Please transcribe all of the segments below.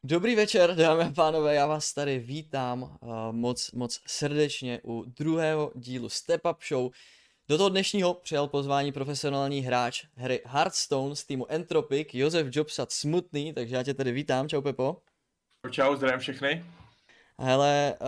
Dobrý večer, dámy a pánové, já vás tady vítám moc srdečně u druhého dílu Step Up Show. Do toho dnešního přijal pozvání profesionální hráč hry Hearthstone z týmu Entropic, Josef Jobsat Smutný, takže já tě tady vítám, čau Pepo. Čau, zdravím všechny. Hele,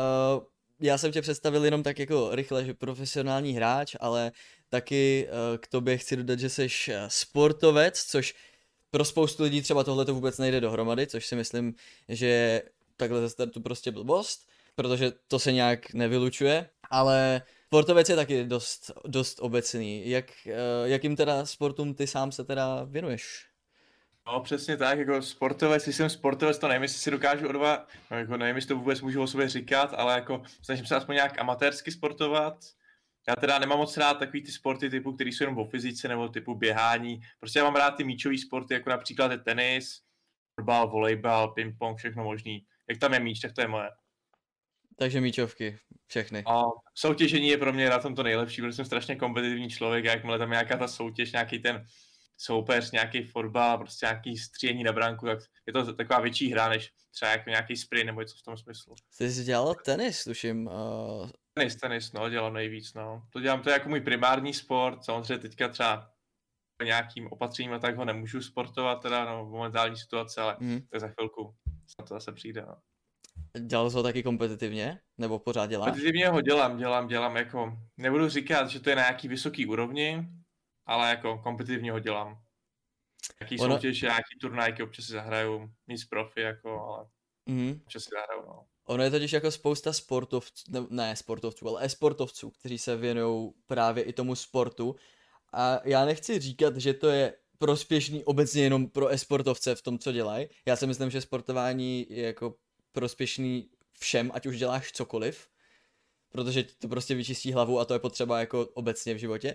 já jsem tě představil jenom tak jako rychle, že profesionální hráč, ale taky k tobě chci dodat, že jsi sportovec, což pro spoustu lidí třeba tohle to vůbec nejde dohromady, což si myslím, že takhle ze startu prostě blbost, protože to se nějak nevylučuje, ale sportovec je taky dost obecný. Jakým teda sportům ty sám se teda věnuješ? No přesně tak, jako sportovec, když jsem sportovec, to nevím, jestli si dokážu jako nevím, jestli to vůbec můžu o sobě říkat, ale jako snažím se aspoň nějak amatérsky sportovat. Já teda nemám moc rád takový ty sporty typu, který jsou jenom o fyzice nebo typu běhání. Prostě já mám rád ty míčový sporty, jako například je tenis, fotbal, volejbal, ping-pong, všechno možný. Jak tam je míč, tak to je moje. Takže míčovky, všechny. A soutěžení je pro mě na tom to nejlepší, protože jsem strašně kompetitivní člověk a jakmile tam je nějaká ta soutěž, nějaký ten soupeř, nějaký fotbal, prostě nějaký střílení na branku, tak je to taková větší hra, než třeba jako nějaký sprint nebo něco v tom smyslu. Ty jsi dělal tenis, tuším. Tenis, no, dělám nejvíc, no. To je jako můj primární sport, samozřejmě teďka třeba nějakým opatřením a tak ho nemůžu sportovat, teda no, v momentální situaci, ale to je za chvilku, na to zase přijde, no. Dělal jsi ho taky kompetitivně? Nebo pořád děláš? Kompetitivně ho dělám, jako, nebudu říkat, že to je na nějaký vysoký úrovni, ale jako kompetitivně ho dělám. Jaký soutěž, nějaký turnajky, občas si zahraju, nic profi, jako, ale občas si zahraju, no. Ono je totiž jako spousta sportovců, ale e-sportovců, kteří se věnují právě i tomu sportu. A já nechci říkat, že to je prospěšný obecně jenom pro e-sportovce v tom, co dělají. Já si myslím, že sportování je jako prospěšný všem, ať už děláš cokoliv, protože to prostě vyčistí hlavu a to je potřeba jako obecně v životě.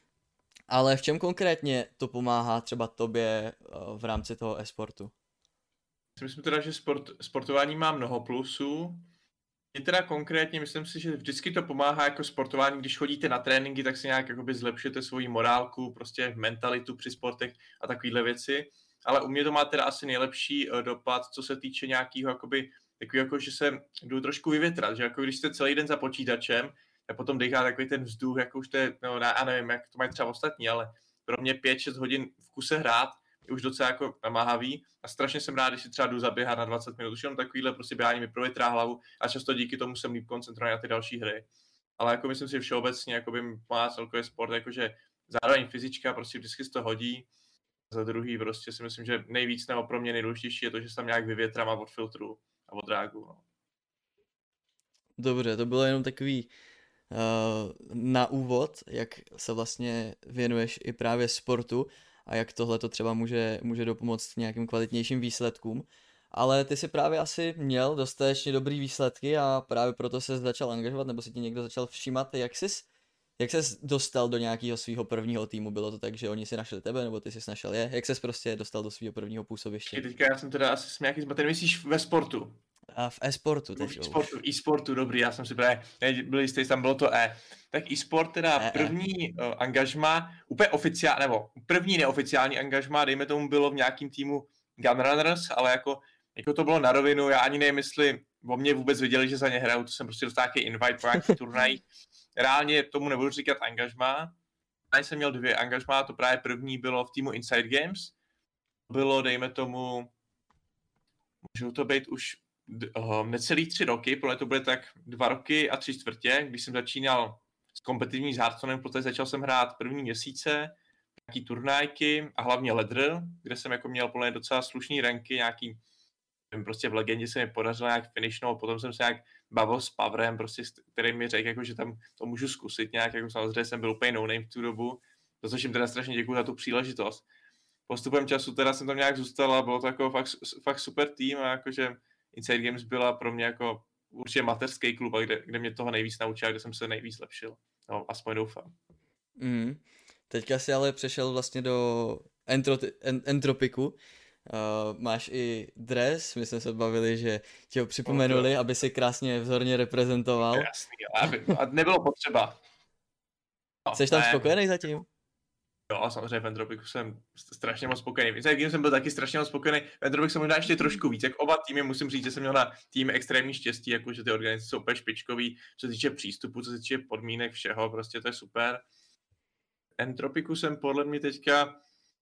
Ale v čem konkrétně to pomáhá třeba tobě v rámci toho e-sportu? Myslím teda, že sportování má mnoho plusů. Je teda konkrétně, myslím si, že vždycky to pomáhá jako sportování, když chodíte na tréninky, tak si nějak jakoby zlepšujete svoji morálku, prostě mentalitu při sportech a takovéhle věci. Ale u mě to má teda asi nejlepší dopad, co se týče nějakého jakoby, takový jako, že se jdu trošku vyvětrat, že jako když jste celý den za počítačem a potom dechá takový ten vzduch, jako už to je, no já nevím, jak to mají třeba ostatní, ale pro mě 5-6 hodin v kuse hrát je už docela jako namáhavý a strašně jsem rád, když si třeba jdu zaběhat na 20 minut, už jenom takovýhle prostě běhání mi provětrá hlavu a často díky tomu jsem líp koncentrovaný na ty další hry. Ale jako myslím si, že všeobecně jako by má celkově sport, jakože zároveň fyzička prostě vždycky se to hodí. Za druhý prostě si myslím, že nejvíc nebo pro mě nejdůležitější je to, že se tam nějak vyvětrám a od filtru a od drágu. No. Dobře, to bylo jenom takový na úvod, jak se vlastně věnuješ i právě sportu a jak tohle to třeba může dopomoct nějakým kvalitnějším výsledkům. Ale ty si právě asi měl dostatečně dobrý výsledky a právě proto se začal angažovat, nebo si ti někdo začal všímat, jak ses dostal do nějakého svého prvního týmu? Bylo to tak, že oni si našli tebe, nebo ty jsi našel je? Jak ses prostě dostal do svého prvního působiště? Teďka já jsem teda asi nějaký zmatený, myslíš ve sportu? A v e-sportu teď. V e-sportu, dobrý, já jsem si právě byl jistý, tam bylo to E. Tak e-sport teda první angažma, úplně oficiální, nebo první neoficiální angažma, dejme tomu, bylo v nějakým týmu Gunrunners, ale jako to bylo na rovinu, já ani nevím, jestli o mě vůbec věděli, že za ně hraju, to jsem prostě dostal nějaký invite po nějakých turnajích. Reálně tomu nebudu říkat angažma. Já jsem měl 2 angažma, to právě první bylo v týmu Inside Games. Bylo, dejme tomu, můžou to být už necelý 3 roky, protože to bude tak 2 roky a 3/4, když jsem začínal s kompetitivní Hearthstonem, protože začal jsem hrát první měsíce, nějaký turnajky a hlavně ladder, kde jsem jako měl plně docela slušný ranky, nějaký, prostě v legendě se mi podařilo nějak finishnout, potom jsem se nějak bavil s Pavrem, prostě, který mi řekl, jako, že tam to můžu zkusit nějak, jako samozřejmě jsem byl úplně no-name v tu dobu, za což jim teda strašně děkuji za tu příležitost. Postupem času teda jsem tam nějak zůstal a bylo to jako fakt super tým a jakože Inside Games byla pro mě jako určitě mateřský klub, kde mě toho nejvíc naučil a kde jsem se nejvíc zlepšil. No, aspoň doufám. Teďka si ale přešel vlastně do Entropiku. Máš i dres, my jsme se bavili, že ti ho připomenuli, aby si krásně vzorně reprezentoval. Jasný, a nebylo potřeba. No, jsi tam spokojený zatím? Jo, samozřejmě v Entropiku jsem strašně moc spokojený. V Game jsem byl taky strašně moc spokojený. V Entropik jsem možná ještě trošku víc. Jak oba týmy, musím říct, že jsem měl na tým extrémní štěstí, jakože ty organizace jsou úplně špičkový, co se týče přístupu, co se týče podmínek, všeho, prostě to je super. Entropiku jsem podle mě teďka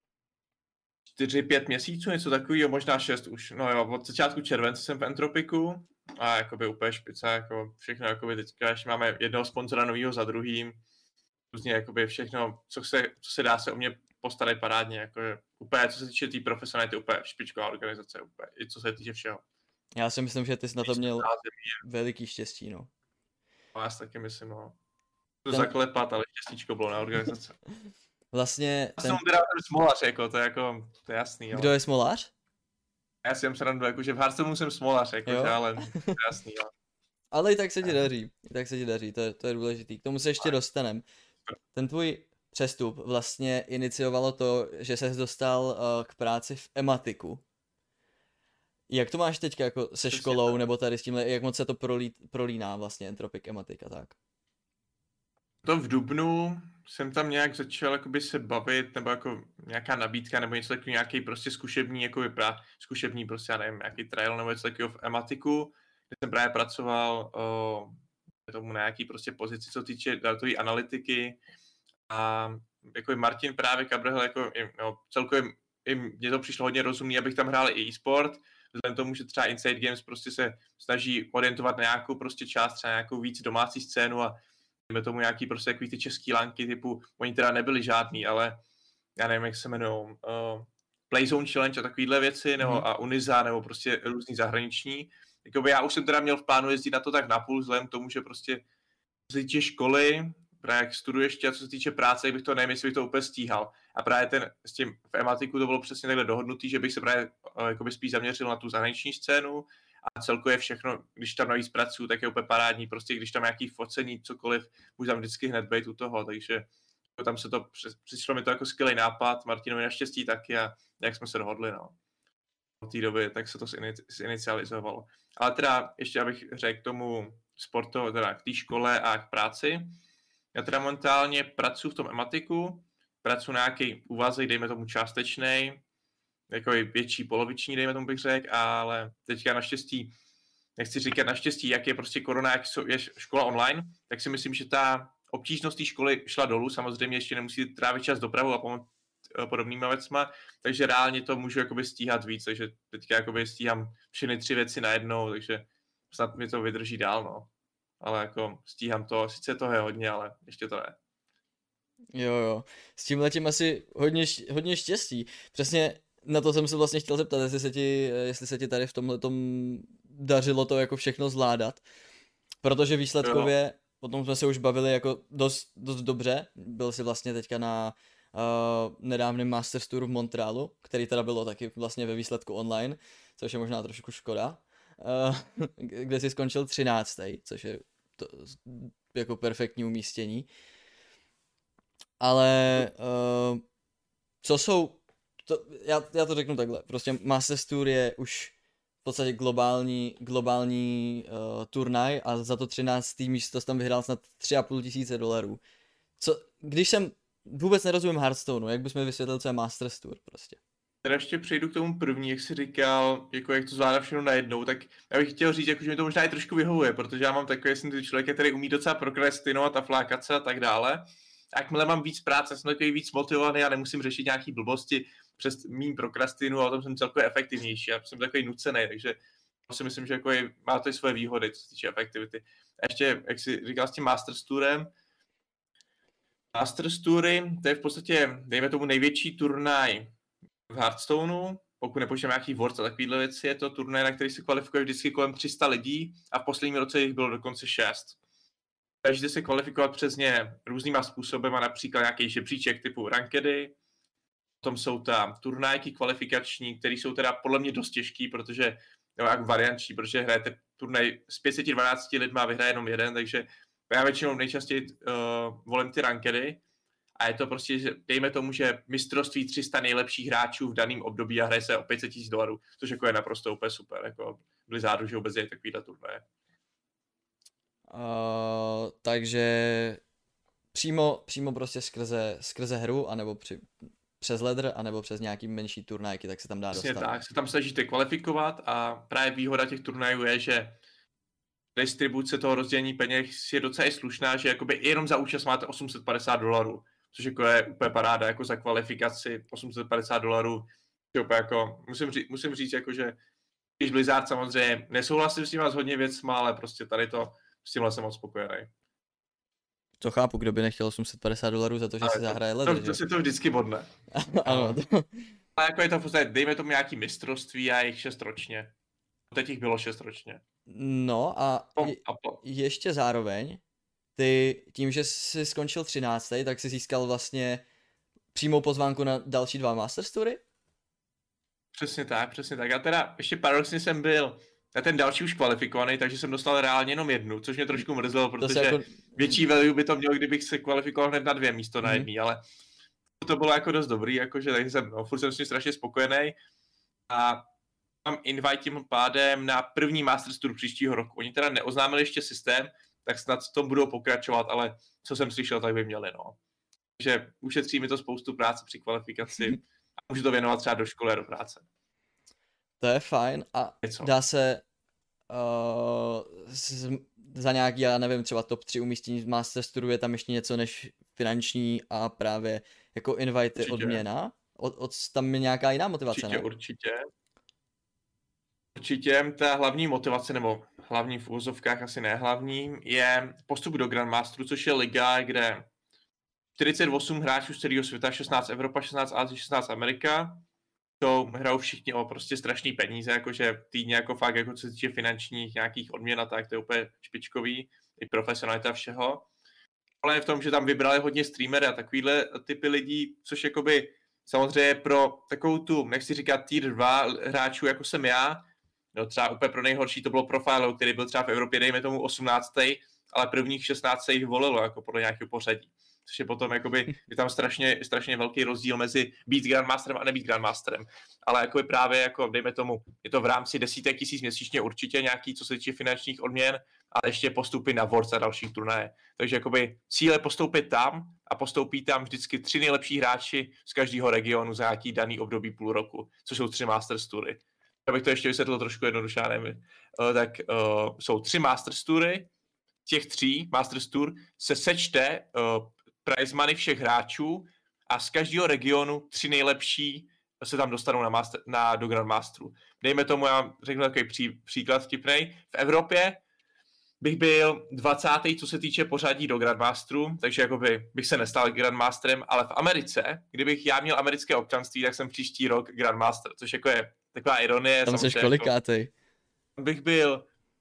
4-5 měsíců, něco takového, možná 6 už. No jo, od začátku července jsem v Entropiku a jakoby úplně špice, jako všechno, jakoby teďka ještě máme jednoho sponzora novýho za druhým. Různě jakoby všechno, co se dá se o mě postarat parádně, jako úplně, co se týče té profesionality, úplně špičková organizace, úplně, i co se týče všeho. Já si myslím, že ty jsi na to měl veliký štěstí, no. Já si taky myslím, no. To zaklepat, ale štěstíčko bylo na organizace. Vlastně Já jsem teda smolař, jako, to je jasný, jo. Kdo je smolař? Já si jen srandu, jako, že v Hearthstoneu jsem smolař, jako, že, ale to je jasný, jo. Ale i tak se ti daří, to je důležitý. K tomu se ještě dostanem. Ten tvůj přestup vlastně iniciovalo to, že ses dostal k práci v Ematiku. Jak to máš teďka jako se školou, nebo tady s tímhle, jak moc se to prolíná vlastně Entropik, Ematika, tak? To v dubnu jsem tam nějak začal jakoby se bavit, nebo jako nějaká nabídka, nebo něco takového, nějaký prostě zkušební, jakoby zkušební prostě, já nevím, nějaký trial nebo něco takového v Ematiku, kde jsem právě pracoval tomu na nějaký prostě pozici, co týče datové analytiky a jako Martin právě Kabrhel, jako no, celkově mně to přišlo hodně rozumný, abych tam hrál i e-sport, vzhledem tomu, že třeba Inside Games prostě se snaží orientovat na nějakou prostě část, třeba nějakou víc domácí scénu a dejme tomu nějaký prostě takový ty český lanky typu, oni teda nebyli žádný, ale já nevím, jak se jmenujou, Playzone Challenge a takovýhle věci, nebo a Uniza, nebo prostě různý zahraniční. Jakoby já už jsem teda měl v plánu jezdit na to tak napůl, vzhledem k tomu, že prostě co se týče školy, právě jak studuješ a co se týče práce, jak bych to nevím, jestli bych to úplně stíhal. A právě s tím v Ematiku to bylo přesně takhle dohodnutý, že bych se právě jakoby spíš zaměřil na tu zahraniční scénu a celkově všechno, když tam navíc pracuju, tak je úplně parádní, prostě když tam nějaký focení, cokoliv, můžu tam vždycky hned být u toho, takže tam se to, přišlo mi to jako skvělý nápad, Martinovi naštěstí taky a jak jsme se dohodli, no. V té době, tak se to zinicializovalo. Ale teda ještě, abych řekl k tomu sportu, teda k té škole a k práci, já teda momentálně pracuji v tom Ematiku, pracuji na nějaký úvazek, dejme tomu částečnej, jako větší poloviční, dejme tomu bych řekl, ale teďka naštěstí, nechci říkat naštěstí, jak je prostě korona, jak je škola online, tak si myslím, že ta obtížnost té školy šla dolů, samozřejmě ještě nemusí trávit čas dopravu a podobnýma věcma, takže reálně to můžu jakoby stíhat víc, takže teďka jakoby stíhám všechny 3 věci najednou, takže snad mi to vydrží dál, no. Ale jako stíhám to, sice to je hodně, ale ještě to ne. Jo, s tím letím asi hodně štěstí. Přesně na to jsem se vlastně chtěl zeptat, jestli se ti tady v tomhletom dařilo to jako všechno zvládat. Protože výsledkově, potom jsme se už bavili jako dost dobře, byl si vlastně teďka na nedávném Masters Tour v Montrealu, který teda bylo taky vlastně ve výsledku online, což je možná trošku škoda, kde si skončil 13., což je to jako perfektní umístění. Ale co jsou, já to řeknu takhle, prostě Masters Tour je už v podstatě globální turnaj a za to 13. místo tam vyhrál snad $3,500. Když jsem vůbec nerozumím Hearthstoneu, jak bys mi vysvětlil, co je Masters Tour prostě? Teda ještě přejdu k tomu první, jak jsi říkal, jako jak to zvládá všechno najednou, tak já bych chtěl říct, jako, že mi to možná i trošku vyhovuje, protože já mám takový, jsem ty člověk, který umí docela prokrastinovat a flákat se a tak dále. A jakmile mám víc práce, jsem takový víc motivovaný a nemusím řešit nějaký blbosti přes mým prokrastinu a o tom jsem celkově efektivnější. Já jsem takový nucený, takže si myslím, že jako má to i svoje výhody, co se týče efektivity. A ještě, jak jsi říkal s tím Masters Tourem, Masters Toury, to je v podstatě, dejme tomu, největší turnaj v Hearthstoneu, pokud nepočítám nějaký Worlds a takovýhle věci, je to turnaj, na který se kvalifikuje vždycky kolem 300 lidí a v posledním roce jich bylo dokonce 6. Můžete se kvalifikovat přes ně různýma způsoby, například nějaký žebříček typu rankedy, potom jsou tam turnajky kvalifikační, které jsou teda podle mě dost těžký, protože, nebo jak varianční, protože hrajete turnaj s 512 lidma a vyhraje jenom jeden, takže já většinou nejčastěji volím ty rankedy a je to prostě, že dejme tomu, že mistrovství 300 nejlepších hráčů v daném období a hraje se o $500,000, což jako je naprosto úplně super, jako Blizzardu, že vůbec je takovýhle turnaje. Takže přímo prostě skrze hru, anebo přes ledr, anebo přes nějaký menší turnajky, tak se tam dá Přesně dostat. tak, se tam snažíte kvalifikovat a právě výhoda těch turnajů je, že distribuce toho rozdělení peněz je docela slušná, že jakoby jenom za účast máte $850, což jako je úplně paráda, jako za kvalifikaci $850, je úplně jako, musím říct jako, že když Blizzard samozřejmě nesouhlasím s těma s hodně věcma, ale prostě tady to, s tímhle jsem moc spokojený. To chápu, kdo by nechtěl $850 za to, že si zahraje ledr, to si to vždycky bodne. Ano. Ale jako je to v podstatě, dejme tomu nějaký mistrovství a jich 6 ročně. Teď jich bylo 6 ročně. No a ještě zároveň, ty tím, že jsi skončil 13., tak jsi získal vlastně přímou pozvánku na další 2 Masters Toury? Přesně tak. Já teda ještě paradoxně jsem byl na ten další už kvalifikovaný, takže jsem dostal reálně jenom 1, což mě trošku mrzelo, protože jako... větší value by to mělo, kdybych se kvalifikoval hned na 2 místo na 1, ale to bylo jako dost dobrý, jakože takže furt jsem s tím strašně spokojený a mám invite tím pádem na první Masters Tour příštího roku. Oni teda neoznámili ještě systém, tak snad v tom budou pokračovat, ale co jsem slyšel, tak by měli, no. Takže ušetří mi to spoustu práce při kvalifikaci a můžu to věnovat třeba do školy a do práce. To je fajn a dá se za nějaký, já nevím, třeba top 3 umístění v Masters Touru je tam ještě něco než finanční a právě jako invite odměna? Tam je nějaká jiná motivace, ne? Určitě ta hlavní motivace, nebo hlavní v úvozovkách, asi ne hlavní, je postup do Grandmasteru, což je liga, kde 48 hráčů z celého světa, 16 Evropa, 16 Asie, 16 Amerika, to hrajou všichni o prostě strašný peníze, jakože týdně jako fakt, jako co se týče finančních nějakých odměn a tak, to je úplně špičkový, i profesionalita všeho. Ale je v tom, že tam vybrali hodně streamery a takovýhle typy lidí, což jakoby samozřejmě pro takovou tu, nechci říkat tier 2 hráčů, jako jsem já, no třeba úplně pro nejhorší to bylo Profile, který byl třeba v Evropě, dejme tomu 18., ale prvních 16 se jich volilo jako podle nějakého pořadí. Což je potom jakoby, je tam strašně velký rozdíl mezi být Grandmasterem a nebýt Grandmasterem. Ale jakoby právě jako, dejme tomu, je to v rámci desítek tisíc měsíčně určitě nějaký, co se týče finančních odměn, ale ještě postupy na Worlds a dalších turnaje. Takže jakoby cíl je postoupit tam a postoupí tam vždycky 3 nejlepší hráči z každého regionu za nějaký daný období půl roku, což jsou 3 Masters Toury. Abych to ještě vysvětlil trošku jednoduše, nevím. Tak jsou 3 Masters Toury, těch 3 Masters Tour se sečte prize money všech hráčů a z každého regionu 3 nejlepší se tam dostanou do Grandmasteru. Dejme tomu, já řeknu takový příklad vtipnej. V Evropě bych byl 20. co se týče pořadí do Grandmasteru, takže jakoby bych se nestal Grandmasterem, ale v Americe, kdybych já měl americké občanství, tak jsem příští rok Grandmaster, což jako je taková ironie. Tam jsi kolikátej? Bych byl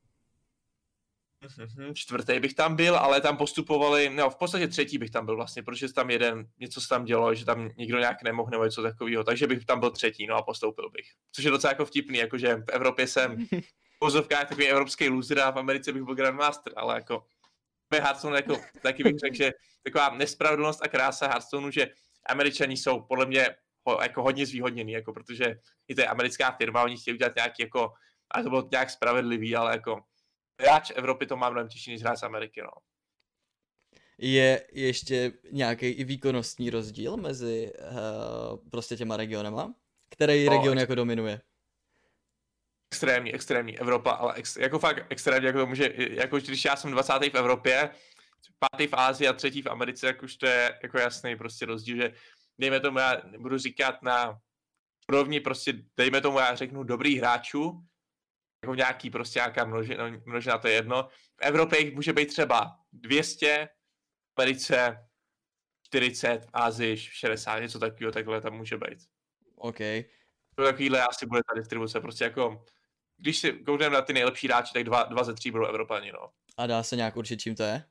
4. bych tam byl, ale tam postupovali, no v podstatě 3. bych tam byl vlastně, protože tam něco se tam dělo, že tam nikdo nějak nemohl nebo něco takového, takže bych tam byl 3. no a postoupil bych. Což je docela jako vtipný, jakože v Evropě jsem v pozovkách takový evropský loser a v Americe bych byl Grandmaster, ale jako Hearthstone jako taky bych řekl, že taková nespravedlnost a krása Hearthstoneu, že Američani jsou podle mě jako hodně zvýhodněný, jako protože i to je americká firma, oni chtějí udělat nějaký jako, a to bylo nějak spravedlivý, ale jako hráč Evropy to má mnohem těžší než hráč z Ameriky, no. Je ještě nějaký i výkonnostní rozdíl mezi prostě těma regionama? Který region jako dominuje? Extrémní Evropa, ale jako fakt extrémně, jako to může, jako když já jsem 20. v Evropě, 5. v Ázii a 3. v Americe, jak už to je jako jasný prostě rozdíl, že dejme tomu, já budu říkat na úrovni prostě, dejme tomu, já řeknu dobrých hráčů, jako nějaký prostě nějaká množina, to je jedno. V Evropě jich může být třeba 200, v Americe 40, v Ázii 60, něco takového, takhle tam může být. OK. To takovýhle asi bude ta distribuce, prostě jako, když si koukneme na ty nejlepší hráči, tak 2 ze 3 budou Evropani, no. A dá se nějak určit, čím to je?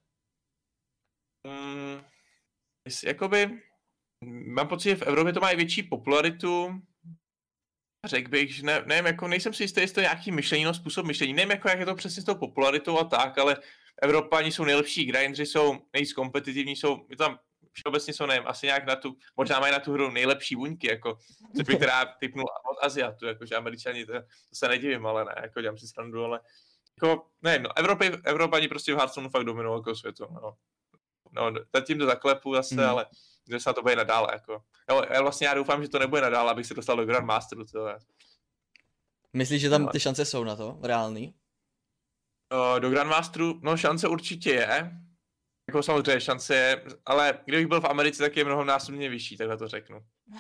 Jakoby, mám pocit, že v Evropě to má i větší popularitu. Řekl bych, že nevím, jako nejsem si jistý, jestli to je nějaký myšlení, no způsob myšlení. Nevím, jako, jak je to přesně s tou popularitou a tak, ale Evropani jsou nejlepší grindři, jsou nejvíc kompetitivní, jsou tam všeobecně jsou, nevím, asi nějak na tu, možná mají na tu hru nejlepší buňky, jako, což bych teda typnul od Aziatu, jakože Američani, to se nedivím, ale ne, jako dělám si srandu, ale jako, nevím, no, Evropani prostě v Hearthstoneu fakt dominují jako světu, no. no, zatím to zaklepu zase, ale že se na to bude nadále, jako. Jo, vlastně já doufám, že to nebude nadále, abych se dostal do Grandmasteru, to je. Myslíš, že tam ty šance jsou na to, reálný? Do Grandmasteru, no šance určitě je, jako samozřejmě šance je, ale kdybych byl v Americe, tak je mnohonásobně vyšší, takhle to řeknu.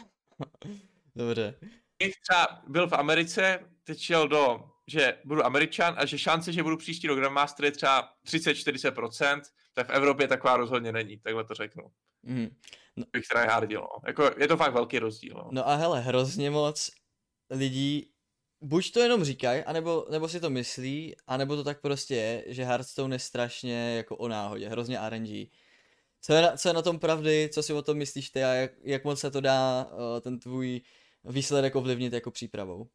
Dobře. Kdybych třeba byl v Americe, teď šel že budu Američan a že šance, že budu příští do Grandmasteru je třeba 30-40%, tak v Evropě taková rozhodně není, takhle to řeknu. No. Bych tryhardil, no. Jako, je to fakt velký rozdíl. No. No a hele, hrozně moc lidí buď to jenom říkají, nebo si to myslí, anebo to tak prostě je, že Hearthstone je strašně jako o náhodě, hrozně RNG. Co je na tom pravdy, co si o tom myslíš ty a jak moc se to dá ten tvůj výsledek ovlivnit jako přípravou?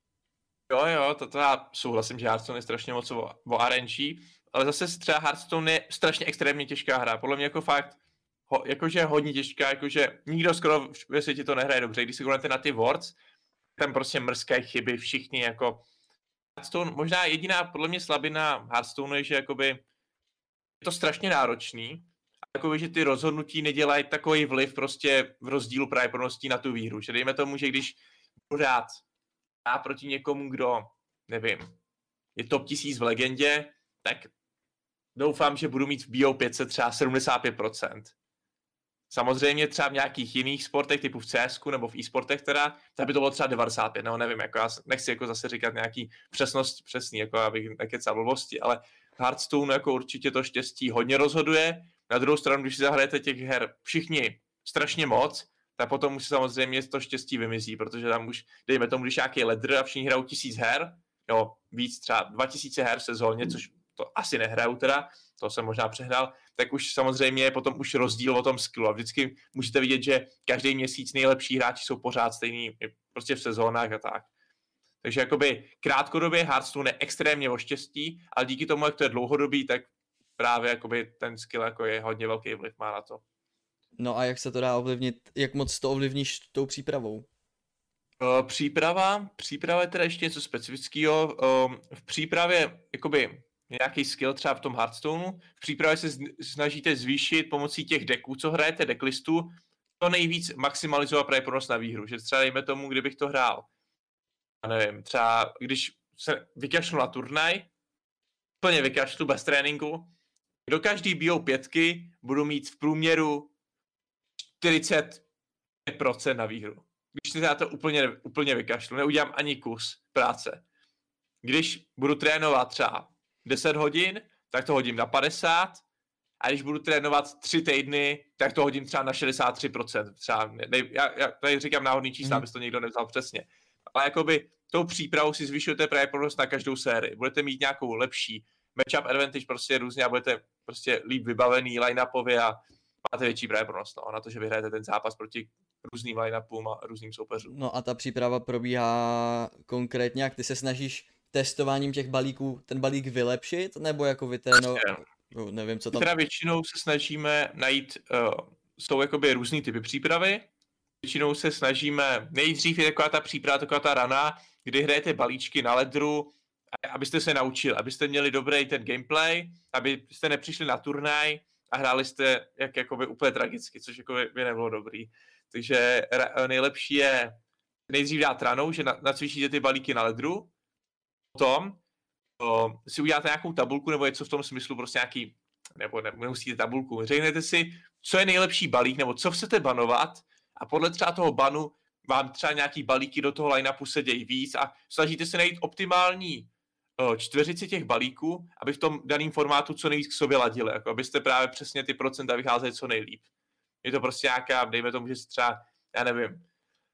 Jo, to já souhlasím, že Hearthstone je strašně moc o RNG, ale zase třeba Hearthstone je strašně extrémně těžká hra, podle mě jako fakt, jakože hodně těžká, jakože nikdo skoro ve světě to nehraje dobře, když se koukáte na ty Worlds, tam prostě mrzké chyby, všichni jako Hearthstone, možná jediná podle mě slabina Hearthstone je, že jakoby je to strašně náročný a jakoby, že ty rozhodnutí nedělají takový vliv prostě v rozdílu pravděpodobností na tu výhru, že dejme tomu, že když budu hrát proti někomu, kdo, nevím, je top 1000 v legendě, tak doufám, že budu mít v BO 500 třeba 75%. Samozřejmě třeba v nějakých jiných sportech, typu v CSku nebo v e-sportech teda, tak by to bylo třeba 95, no nevím, jako já nechci jako zase říkat nějaký přesný, jako abych nekecal blbosti, ale Hearthstone jako určitě to štěstí hodně rozhoduje. Na druhou stranu, když si zahrajete těch her všichni strašně moc, tak potom už samozřejmě to štěstí vymizí, protože tam už, dejme tomu, když nějaký ledr a všichni hrajou 1000 her, jo, víc třeba 2000 her v sezóně, což to asi nehraju teda, to jsem možná přehrál, tak už samozřejmě je potom už rozdíl o tom skillu a vždycky můžete vidět, že každý měsíc nejlepší hráči jsou pořád stejný prostě v sezónách a tak. Takže jakoby krátkodobě Hearthstone je extrémně o štěstí, ale díky tomu, jak to je dlouhodobý, tak právě jakoby ten skill jako je hodně velký vliv má na to. No a jak se to dá ovlivnit, jak moc to ovlivníš tou přípravou? Příprava je teda ještě něco specifického. V přípravě jakoby nějaký skill třeba v tom Hearthstoneu. V přípravě se snažíte zvýšit pomocí těch decků, co hrajete, decklistů, to nejvíc maximalizovat pravděpodobnost na výhru. Že třeba dejme tomu, kdybych to hrál, já nevím, třeba když se vykašlu na turnaj, plně vykašlu bez tréninku, do každý BO 5 budu mít v průměru 45% na výhru. Když se já to úplně vykašlu, neudělám ani kus práce. Když budu trénovat třeba 10 hodin, tak to hodím na 50, a když budu trénovat 3 týdny, tak to hodím třeba na 63%. Třeba, já tady říkám náhodný čísla, aby to někdo nevzal přesně. Ale jakoby tou přípravou si zvyšujete pravděpodobnost na každou sérii. Budete mít nějakou lepší matchup advantage prostě různě a budete prostě líp vybavený line-upově a máte větší pravděpodobnost na to, že vyhrajete ten zápas proti různým line-upům a různým soupeřům. No a ta příprava probíhá konkrétně, jak ty se snažíš testováním těch balíků ten balík vylepšit, nebo jako no, nevím, co tam... Teda většinou se snažíme najít, jsou jakoby různý typy přípravy, většinou se snažíme, nejdřív je taková ta příprava, taková ta rana, kdy hrajete balíčky na ledru, abyste se naučili, abyste měli dobrý ten gameplay, abyste nepřišli na turnaj a hráli jste jakoby úplně tragicky, což jako by nebylo dobrý. Takže nejlepší je nejdřív dát ranou, že nacvičíte ty balíky na ledru, potom si uděláte nějakou tabulku nebo něco v tom smyslu, prostě nějaký, nebo nemusíte tabulku, řeknete si, co je nejlepší balík, nebo co chcete banovat a podle třeba toho banu vám třeba nějaký balíky do toho line-upu se dějí víc a snažíte se najít optimální čtveřici těch balíků, aby v tom daném formátu co nejvíc k sobě ladili, jako abyste právě přesně ty procenta vycházeli co nejlíp. Je to prostě nějaká, dejme tomu, že si třeba, já nevím,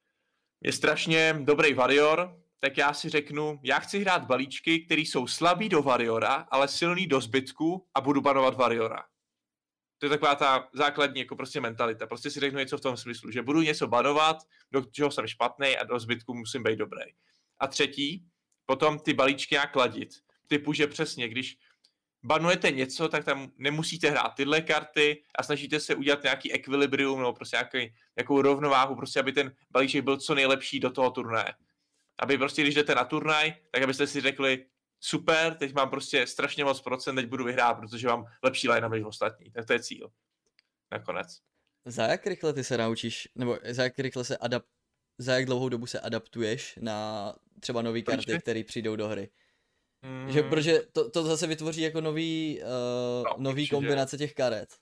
je strašně dobrý Warrior, tak já si řeknu, já chci hrát balíčky, které jsou slabý do Warriora, ale silný do zbytku a budu banovat Warriora. To je taková ta základní jako prostě mentalita. Prostě si řeknu něco v tom smyslu, že budu něco banovat, do čeho jsem špatný a do zbytku musím být dobrý. A třetí, potom ty balíčky nějak ladit. Typu, že přesně, když banujete něco, tak tam nemusíte hrát tyhle karty a snažíte se udělat nějaký ekvilibrium nebo prostě nějakou rovnováhu, prostě aby ten balíček byl co nejlepší do toho turnaje. Aby prostě, když jdete na turnaj, tak abyste si řekli, super, teď mám prostě strašně moc procent, teď budu vyhrát, protože mám lepší line než ostatní. Tak to je cíl. nakonec. Za jak rychle ty se naučíš, nebo za jak dlouhou dobu se adaptuješ na třeba nový karty, které přijdou do hry? Že, protože to zase vytvoří jako nový kombinace těch karet.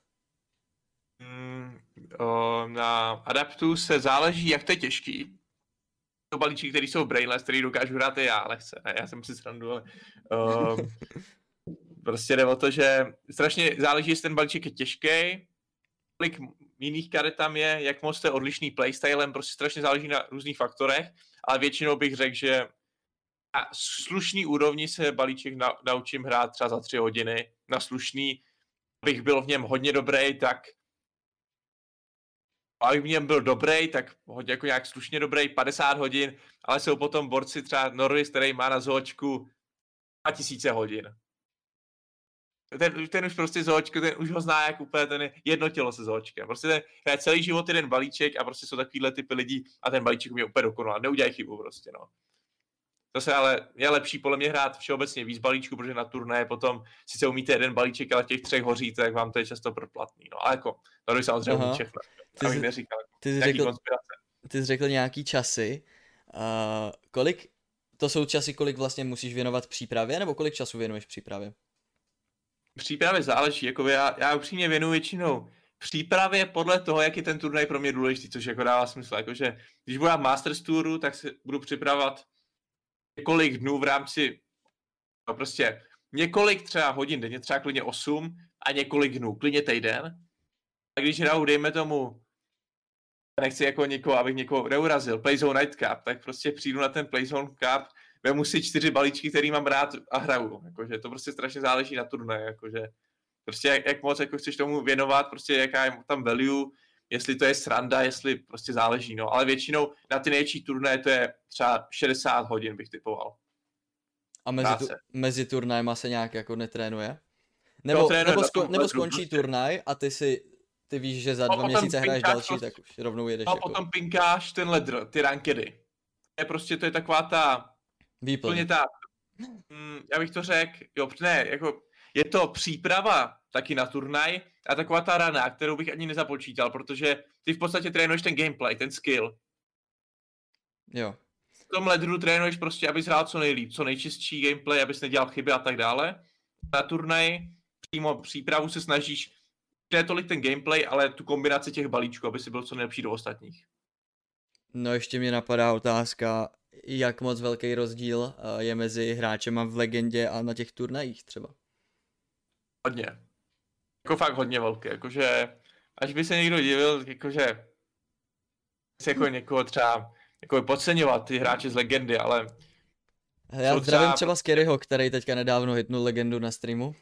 Na adaptu se záleží, jak to je těžký. To balíčky, které jsou brainless, který dokážu hrát i já lehce. Ne, já jsem si srandu, ale prostě jde o to, že strašně záleží, jestli ten balíček je těžký, kolik jiných karet tam je, jak moc to je odlišný playstylem, prostě strašně záleží na různých faktorech, ale většinou bych řekl, že na slušný úrovni se balíček naučím hrát třeba za 3 hodiny. Na slušný, abych byl v něm hodně dobrý, tak abych v něm byl dobrý, tak hodně jako nějak slušně dobrý, 50 hodin, ale jsou potom borci třeba Norris, který má na zočku 2000 hodin. Ten už prostě zočku, ten už ho zná jak úplně ten jedno tělo se zočkem. Prostě ten hraje celý život jeden balíček a prostě jsou takovýhle typy lidí a ten balíček je úplně dokonalý. Neudělají chybu prostě, no. Zase ale je lepší podle mě hrát všeobecně víc balíčků, protože na turnaje potom sice umíte jeden balíček, ale v těch 3 hoříte, tak vám to je často proplatný. No ale jako, to je samozřejmě umí všechno. Ty jsi řekl nějaký časy. To jsou časy, kolik vlastně musíš věnovat přípravě, nebo kolik času věnuješ přípravě? Přípravě záleží, jako já upřímně věnuju většinou přípravě podle toho, jak je ten turnaj pro mě důležitý, což jako dává smysl. Jakože, když budu na Masters Touru, tak se budu připravovat několik dnů v rámci, no prostě několik třeba hodin denně, třeba klidně 8 a několik dnů, klidně týden. A když hraju, dejme tomu, nechci jako abych někoho neurazil, Playzone Night Cup, tak prostě přijdu na ten Playzone Cup, vemu si 4 balíčky, který mám rád a hraju. Jakože to prostě strašně záleží na turnaji, jakože prostě jak moc jako chceš tomu věnovat, prostě jaká je tam value, jestli to je sranda, jestli prostě záleží, no. Ale většinou na ty největší turnaje to je třeba 60 hodin bych typoval. A mezi turnajma se nějak jako netrénuje? Nebo skončí turnaj a ty víš, že za 2 měsíce hraješ další, tak už rovnou jedeš. A potom pinkáš ten ledr, ty rankedy. To je taková ta... Výplň. Já bych to řekl, jako je to příprava taky na turnaj a taková ta rana, kterou bych ani nezapočítal, protože ty v podstatě trénuješ ten gameplay, ten skill. Jo. V tom ledru trénuješ prostě, abys hrál co nejlíp, co nejčistší gameplay, abys nedělal chyby a tak dále. Na turnaj přímo přípravu se snažíš, ne tolik ten gameplay, ale tu kombinaci těch balíčků, aby si byl co nejlepší do ostatních. No ještě mě napadá otázka, jak moc velký rozdíl je mezi hráčema v legendě a na těch turnajích třeba? Hodně. Jako fakt hodně velký, jakože až by se někdo divil, jakože se jako někoho třeba jako podceňovat ty hráče z legendy, ale... Já zdravím třeba Scaryho, který teďka nedávno hitnul legendu na streamu.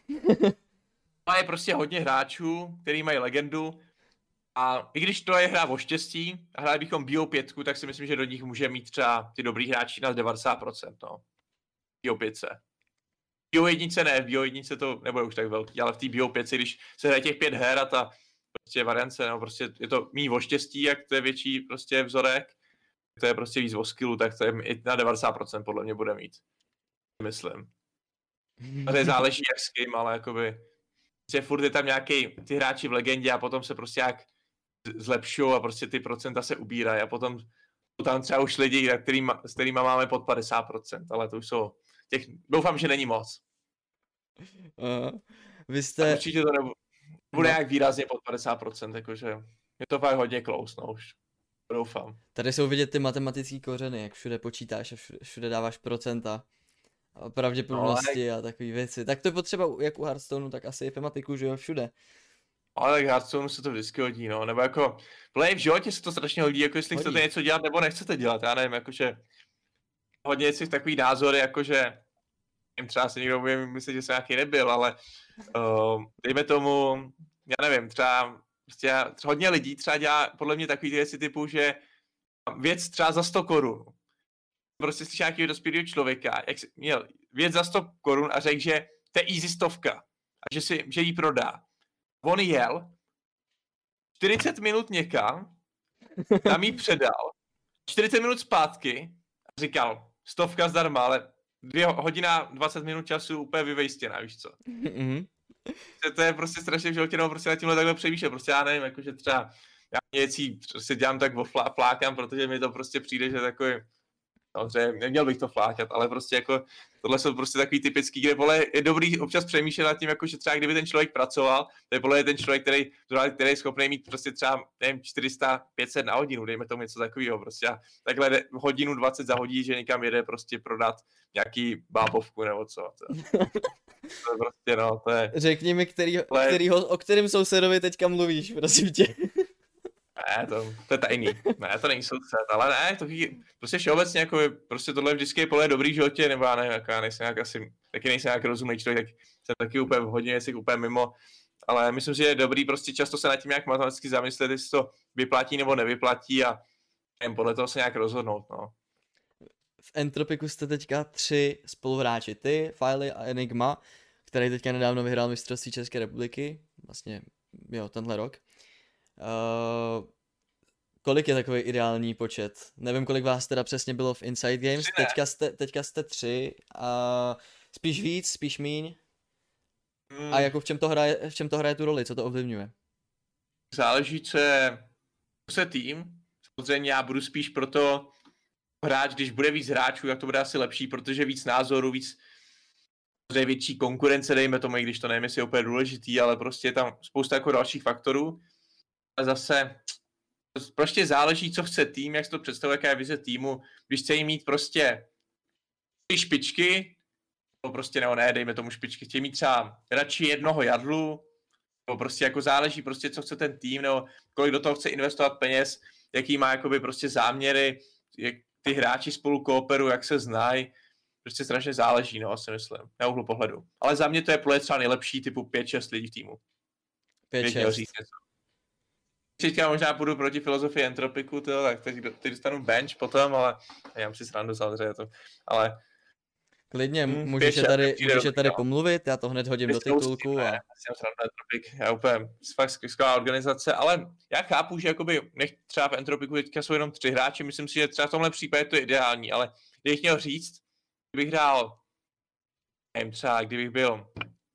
A je prostě hodně hráčů, který mají legendu a i když to je hra o štěstí a hráli bychom BO5, tak si myslím, že do nich může mít třeba ty dobrý hráči na 90%, no. BO5. V BO1 ne, v BO1 to nebude už tak velký, ale v té BO5, když se hraje těch 5 her a ta prostě variance, no prostě je to méně o štěstí, jak to je větší prostě vzorek, to je prostě víc o skillu, tak to je i na 90% podle mě bude mít. Myslím. A to záleží jak s kým, ale jakoby prostě furt je tam nějaký ty hráči v legendě a potom se prostě jak zlepšují a prostě ty procenta se ubírají a potom jsou tam třeba už lidi, s kterýma máme pod 50%, ale to už jsou doufám, že není moc. Vy jste... Určitě to nebude nějak výrazně pod 50%, jakože je to fakt hodně close, no už. Doufám. Tady jsou vidět ty matematický kořeny, jak všude počítáš a všude dáváš procenta. A pravděpodobnosti a takové věci. Tak to je potřeba jak u Hearthstoneu, tak asi i v Matiku, že jo, všude. Ale tak Hearthstoneu se to vždycky hodí, no, nebo jako play v životě se to strašně hodí, jako jestli chcete něco dělat nebo nechcete dělat, já nevím, jakože hodně věcí v takový názory, jakože třeba si někdo bude myslet, že jsem nějaký nebyl, ale dejme tomu, já nevím, třeba prostě hodně lidí třeba dělá podle mě takový věci typu, že věc třeba za 100 korun. Prostě slyší nějakého dospělého člověka, jak měl věc za 100 korun a řekl, že to je easy 100 a že jí prodá. On jel 40 minut někam, tam jí předal, 40 minut zpátky a říkal 100 zdarma, ale 2 hodiny 20 minut času úplně vyvejstěná, víš co. To je prostě strašně v životě, no, prostě na tímhle takhle přemýšlet, prostě já nevím, jakože třeba já věcí prostě dělám tak flákám, protože mi to prostě přijde, že takový, samozřejmě neměl bych to flákat, ale prostě jako tohle jsou prostě takový typický, kde vole, je dobrý občas přemýšlet nad tím, jako, že třeba kdyby ten člověk pracoval, to je vole ten člověk, který je schopný mít prostě třeba, nevím, 400, 500 na hodinu, dejme tomu něco takového, prostě a takhle hodinu 20 za hodí, že někam jede prostě prodat nějaký bábovku nebo co. To je prostě, no, to je... Řekni mi, o kterém sousedovi teďka mluvíš, prosím tě. Ne, to je tajný. Ne, to není soused, ale ne, to prostě všeobecně jako prostě tohle vždycky je pole dobrý životě, nebo já nevím, jako já nejsem nějak asi, taky nejsem nějak rozumný člověk, tak jsem taky úplně v hodně věcích úplně mimo, ale myslím si, že je dobrý prostě často se nad tím nějak matematicky zamyslet, jestli to vyplatí nebo nevyplatí a nevím, podle toho se nějak rozhodnout, no. V Entropiku jste teďka 3 spoluhráči, ty, Filey a Enigma, který teďka nedávno vyhrál mistrovství České republiky, vlastně, jo, tenhle rok. Kolik je takový ideální počet? Nevím, kolik vás teda přesně bylo v Inside Games, teďka jste 3, spíš víc, spíš míň? A jako v čem to hraje tu roli, co to ovlivňuje? Záleží, co je tým. Samozřejmě já budu spíš proto hráč, když bude víc hráčů, tak to bude asi lepší, protože víc názorů, víc větší konkurence, dejme tomu, i když to nevím, jestli je úplně důležitý, ale prostě je tam spousta jako dalších faktorů. A zase prostě záleží, co chce tým, jak si to představuje, jaká je vize týmu. Když chce mít prostě 3 špičky, nebo prostě ne, dejme tomu špičky, chtějí mít třeba radši jednoho jadlu, nebo prostě jako záleží prostě, co chce ten tým, nebo kolik do toho chce investovat peněz, jaký má jakoby prostě záměry, jak ty hráči spolu kooperují, jak se znají, prostě strašně záleží, no, si myslím, na úhlu pohledu. Ale za mě to je pro třeba nejlepší typu 5-6 lidí v týmu. 5-6. Teďka možná půjdu proti filozofii entropiku, tak teď dostanu bench potom, ale já si srandu samozřejmě to, ale... Klidně, můžeš je tady pomluvit, já to hned hodím do titulku. Já jsem srandu entropik, já úplně fakt skvělá organizace, ale já chápu, že jakoby, třeba v entropiku teďka jsou jenom 3 hráči, myslím si, že třeba v tomhle případě to je ideální, ale kdybych měl říct, kdybych hrál, nevím, třeba kdybych byl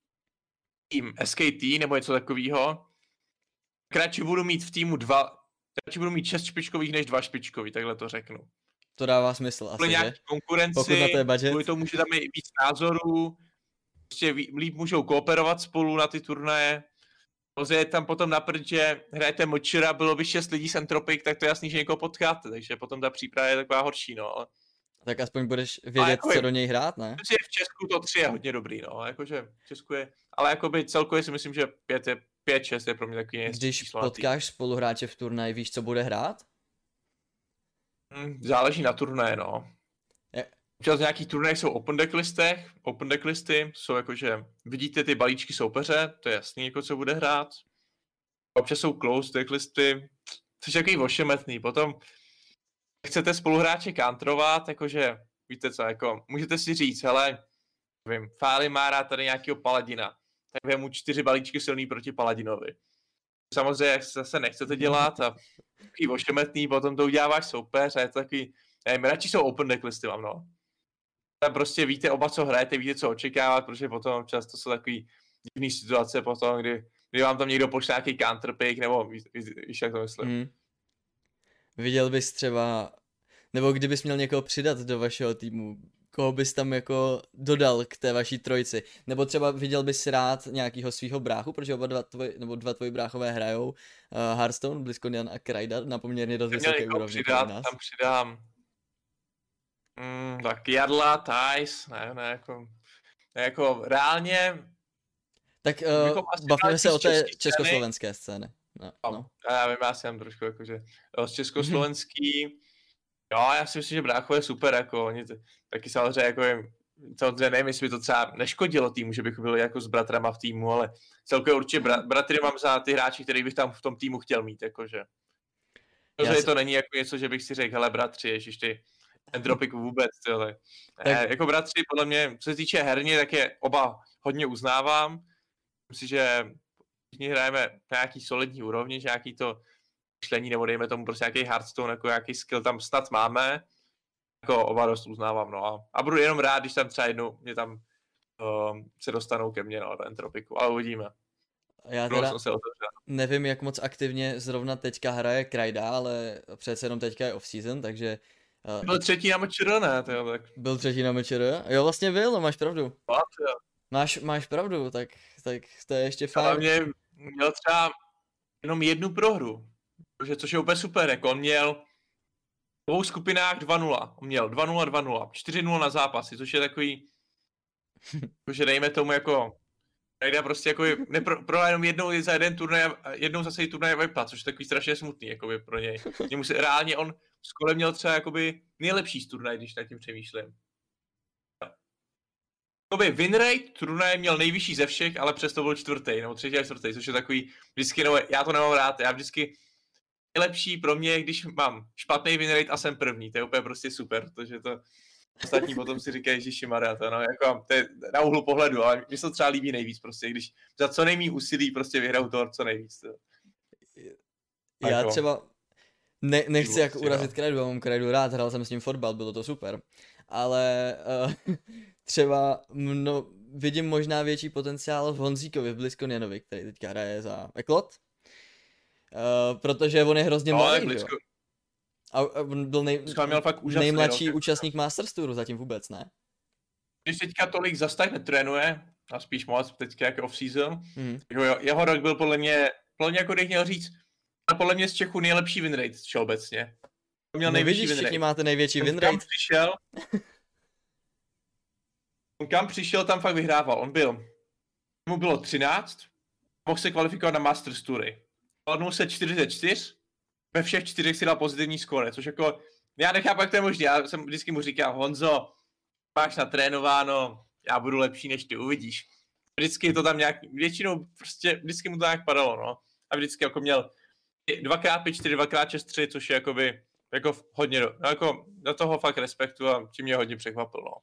tým SKT nebo něco takového, radši budu mít v týmu radši budu mít 6 špičkových než 2 špičkový, takhle to řeknu. To dává smysl asi, že? Konkurenci, kvůli tomu, že tam je víc názorů, prostě líp můžou kooperovat spolu na ty turnaje. Je tam potom napřed, že hrajete Močera, bylo by 6 lidí z Entropic, tak to je jasný, že někoho potkáte, takže potom ta příprava je taková horší, no. Tak aspoň budeš vědět, jako co do něj hrát, ne? V Česku to 3 je hodně dobrý, no, jakože v Česku je, ale jakoby celkově si myslím, že 5-6 je pro mě takový nejistý. Když potkáš spoluhráče v turnaji, víš, co bude hrát? Záleží na turnaje, no. Občas nějakých turnajích jsou open decklisty, jsou jakože vidíte ty balíčky soupeře, to je jasný, jako co bude hrát. Občas jsou closed decklisty, což je takový ošemetný. Potom chcete spoluhráče counterovat, jakože víte co, jako můžete si říct, hele, nevím, Fáli má rád tady nějakého paladina, tak vemu 4 balíčky silný proti paladinovi. Samozřejmě zase nechcete dělat a takový ošemetný, potom to uděláváš soupeř a je to takový, nevím, radši jsou open decklisty mám, no. Tam prostě víte oba, co hrajete, víte, co očekávat, protože potom občas to jsou takový divný situace potom, kdy vám tam někdo pošle nějaký counterpick, nebo víš, jak to myslím. Viděl bys třeba, nebo kdybys měl někoho přidat do vašeho týmu, koho bys tam jako dodal k té vaší trojici, nebo třeba viděl bys rád nějakýho svého bráchu, protože dva tvoji bráchové hrajou Hearthstone, Blizzconian a Kraida na poměrně dost vysoké úrovni. Tam přidám tak Jarla, Thijs, ne, jako reálně... Tak bavíme se o té československé scéně. No. Já vím, já si mám trošku jakože z československý, jo, já si myslím, že brácho je super, jako oni taky samozřejmě jako samozřejmě nevím, jestli by to třeba neškodilo týmu, že bych byl jako s bratrama v týmu, ale celkově určitě bratry mám za ty hráči, který bych tam v tom týmu chtěl mít, jakože. Protože to není jako něco, že bych si řekl, hele bratři, ježiš ty Entropiku vůbec, tyhle. Jako bratři, podle mě, co se týče herně, tak je oba hodně uznávám. Myslím si, že všichni hrajeme na nějaký solidní úrovni, že nějaký to myšlení, nebo dejme tomu prostě nějaký Hearthstone, jako nějaký skill tam snad máme. Jako oba dost uznávám, no. A budu jenom rád, když tam třeba jednou mě tam se dostanou ke mně, no, do Entropiku, ale uvidíme. Já teda nevím, jak moc aktivně zrovna teďka hraje Krajda, ale přece jenom teďka je off-season, takže... Byl třetí na MČR, ne? Tak. Byl třetí na MČR? Jo, vlastně byl, no, máš pravdu. Máš pravdu, tak to je ještě fajn. Ale mě měl třeba jenom jednu prohru, což je úplně super, jako on měl v dvou skupinách 2-0, on měl 2-0, 2-0, 4-0 na zápasy, což je takový, že dejme tomu jako, nejde prostě jako, pro jenom jednou za jeden turnaj, jednou zase i turnaj vypad, což je takový strašně smutný, jakoby pro něj. Reálně on s kolem měl třeba jakoby nejlepší z turnaj, když nad tím přemýšlím. Win rate turnaje měl nejvyšší ze všech, ale přesto byl čtvrtý, nebo třetí a čtvrtý, což je takový, vždycky, no, já to nemám rád, já vždycky nejlepší pro mě, když mám špatný win rate a jsem první, to je úplně prostě super, protože to ostatní potom si říkají, ježišimarja, to, no, jako, to je na úhlu pohledu, ale mně se to třeba líbí nejvíc prostě, když za co nejmí úsilí prostě vyhraju to, co nejvíc. To. Já jako, třeba nechci jako urazit Krajdu, já mám Krajdu rád, hrál jsem s ním fotbal, bylo to super, ale třeba vidím možná větší potenciál v Honzíkovi, v Bliskonianovi, který teďka hraje za Eklot, protože on je hrozně mladý, jo. A on byl nejmladší účastník Masters Touru, zatím vůbec ne. Když teďka tolik zas tak netrénuje, a spíš moc teďka jako off-season, jeho rok byl podle mě jako bych měl říct, a podle mě z Čechu nejlepší win rate všeobecně. Měl největší win rate. Máte největší win rate. Kam přišel, tam fakt vyhrával. Mu bylo 13, mohl se kvalifikovat na Masters Toury. Zvládnul se 4 ze 4, ve všech 4 si dal pozitivní skóre, což jako, já nechápu, jak to je možné. Já jsem vždycky mu říkal, Honzo, máš natrénováno, já budu lepší než ty, uvidíš. Vždycky to tam nějak, většinou prostě, vždycky mu to nějak padalo, no. A vždycky jako měl 2x5-4, 2x6-3, což je jakoby, jako hodně, no jako do toho fakt respektu a tím mě hodně překvapil, no.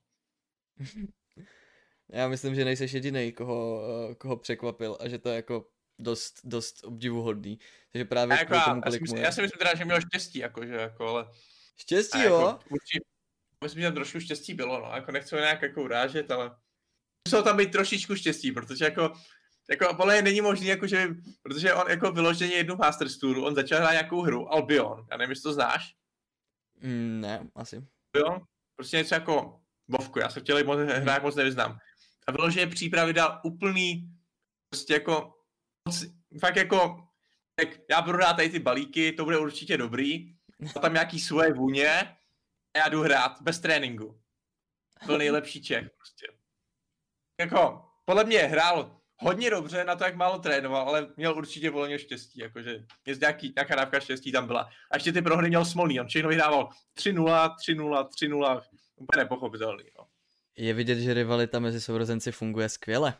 Já myslím, že nejseš jedinej, koho překvapil a že to je jako dost obdivuhodný. Takže právě jako já si myslím teda, že měl štěstí, jakože, jako, ale... Štěstí, jo? Jako, myslím, že trošku štěstí bylo, no, jako nechci ho nějak jako urážet, ale muselo tam být trošičku štěstí, protože jako podle není možný, jakože, protože on jako vyloženě jednu Masters Touru, on začal hrát nějakou hru, Albion, já nevím, jestli to znáš? Ne, asi. Albion? Prostě něco jako Vovku, já se chtěl hrát moc nevyznám. A vyloženě přípravy dal úplný, prostě jako, fakt jako, tak já budu hrát tady ty balíky, to bude určitě dobrý, a tam nějaký svoje vůně a já jdu hrát bez tréninku. Byl nejlepší Čech prostě. Jako, podle mě hrál hodně dobře na to, jak málo trénoval, ale měl určitě volně štěstí, jakože nějaká dávka štěstí tam byla. A ještě ty prohry měl smolný, on všechno vyhrával 3-0, 3-0, 3-0, úplně nepochopitelný, no. Je vidět, že rivalita mezi sourozenci funguje skvěle.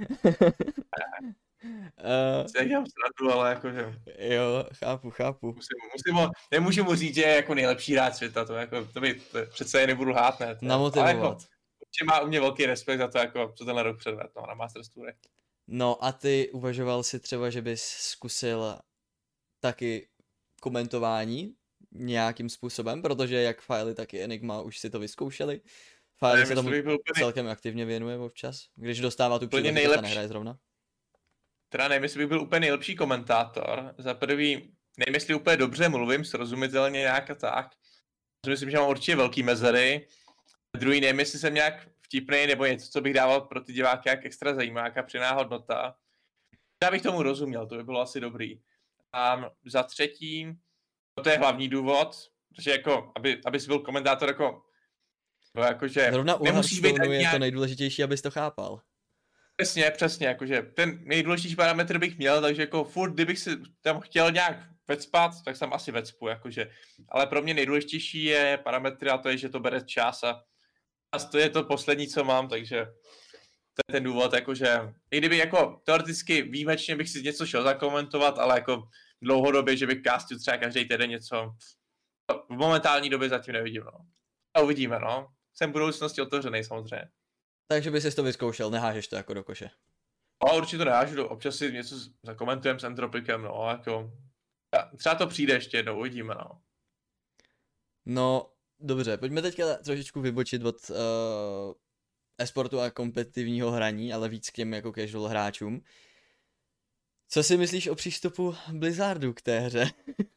Dělám srandu, ale jakože... Jo, chápu. Nemůžu mu říct, že je jako nejlepší hráč světa, to přece je nebudu lhát, ne? Namotivovat. Jako, má u mě velký respekt za to, jako, co tenhle rok předvedl, no, na Masters Tour. No a ty uvažoval si třeba, že bys zkusil taky komentování nějakým způsobem, protože jak Filey, tak i Enigma už si to vyzkoušeli. Filey se tomu celkem aktivně věnuje občas, když dostává tu příležitost a nehraje zrovna. Teda nevím, jestli bych byl úplně nejlepší komentátor. Za prvý, nevím, jestli úplně dobře mluvím, srozumitelně nějak a tak. Myslím, že mám určitě velký mezery. Druhý, nevím, jestli jsem nějak vtipnej nebo něco, co bych dával pro ty diváky jak extra zajímavá, nějaká přidaná hodnota. Já bych tomu rozuměl, to by bylo asi dobrý. A za třetí, to je hlavní důvod, protože jako, aby jsi byl komentátor jakože zrovna u Hearthstoneu je to nejdůležitější, abys to chápal. Přesně, jakože ten nejdůležitější parametr bych měl, takže jako furt, kdybych si tam chtěl nějak vecpat, tak jsem asi vecpu, jakože. Ale pro mě nejdůležitější je parametr a to je, že to bere čas a to je to poslední, co mám, takže to je ten důvod, jakože i kdyby jako teoreticky výjimečně bych si něco šel zakomentovat, ale jako dlouhodobě, že bych castil třeba každý týden něco, v momentální době zatím nevidím, no. A uvidíme, no. Jsem v budoucnosti otevřený samozřejmě. Takže by si to vyzkoušel, nehážeš to jako do koše. No, určitě to nehážu, občas si něco zakomentujeme s Entropikem, no, jako... Třeba to přijde ještě jednou, uvidíme, no. No, dobře, pojďme teďka trošičku vybočit od e-sportu a kompetitivního hraní, ale víc k těm jako casual hráčům. Co si myslíš o přístupu Blizzardu k té hře?